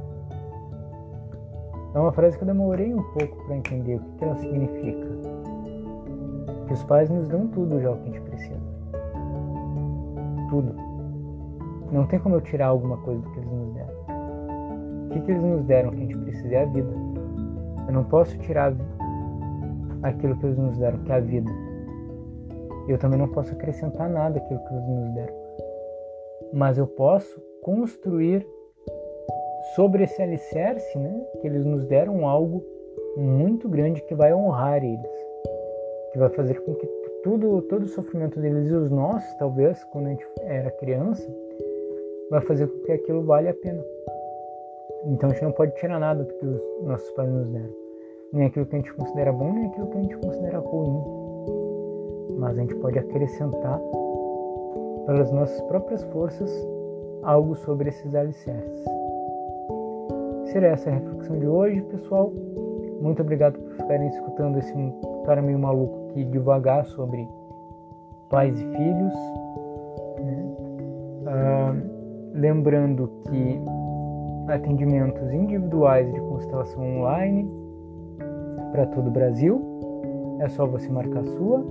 É uma frase que eu demorei um pouco para entender o que ela significa. Que os pais nos dão tudo já o que a gente precisa. Tudo. Não tem como eu tirar alguma coisa do que eles nos deram. O que, que eles nos deram que a gente precisa é a vida. Eu não posso tirar aquilo que eles nos deram, que é a vida. Eu também não posso acrescentar nada àquilo que eles nos deram. Mas eu posso construir sobre esse alicerce, né, que eles nos deram, algo muito grande que vai honrar eles. Que vai fazer com que tudo, todo o sofrimento deles e os nossos, talvez, quando a gente era criança, vai fazer com que aquilo valha a pena. Então a gente não pode tirar nada do que os nossos pais nos deram. Nem aquilo que a gente considera bom, nem aquilo que a gente considera ruim. Mas a gente pode acrescentar, pelas nossas próprias forças, algo sobre esses alicerces. Será essa a reflexão de hoje, pessoal. Muito obrigado por ficarem escutando esse cara meio maluco aqui devagar sobre pais e filhos, né? Ah, lembrando que atendimentos individuais de constelação online para todo o Brasil. É só você marcar a sua,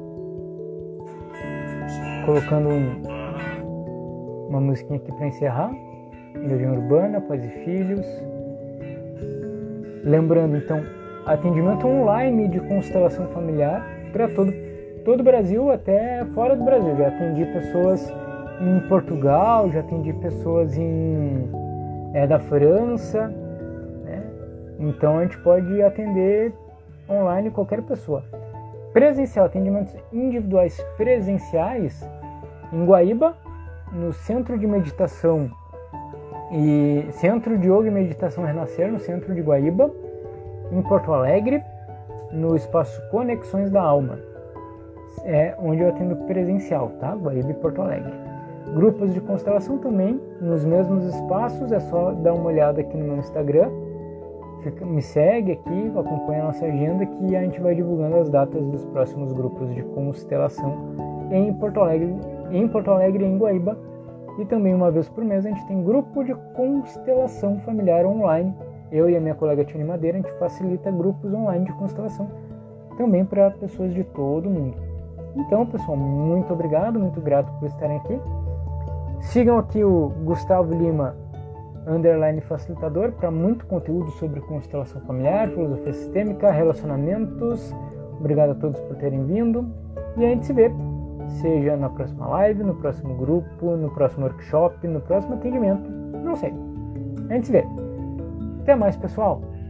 colocando um, uma musiquinha aqui para encerrar. Legião Urbana, Pais e Filhos. Lembrando então, atendimento online de constelação familiar para todo todo o Brasil, até fora do Brasil. Já atendi pessoas em Portugal, já atendi pessoas em é, da França, né? Então a gente pode atender online qualquer pessoa. Presencial, atendimentos individuais presenciais em Guaíba, no Centro de Meditação e Centro de Yoga e Meditação Renascer, no centro de Guaíba, em Porto Alegre, no espaço Conexões da Alma, é onde eu atendo presencial, tá? Guaíba e Porto Alegre. Grupos de constelação também, nos mesmos espaços, é só dar uma olhada aqui no meu Instagram, Fica, me segue aqui, acompanha a nossa agenda, que a gente vai divulgando as datas dos próximos grupos de constelação em Porto Alegre, em Porto Alegre e em Guaíba. E também uma vez por mês a gente tem grupo de constelação familiar online. Eu e a minha colega Tiane Madeira, a gente facilita grupos online de constelação também para pessoas de todo mundo. Então, pessoal, muito obrigado, muito grato por estarem aqui. Sigam aqui o Gustavo Lima underline facilitador para muito conteúdo sobre constelação familiar, filosofia sistêmica, relacionamentos. Obrigado a todos por terem vindo e a gente se vê, seja na próxima live, no próximo grupo, no próximo workshop, no próximo atendimento, não sei. A gente se vê. Até mais, pessoal!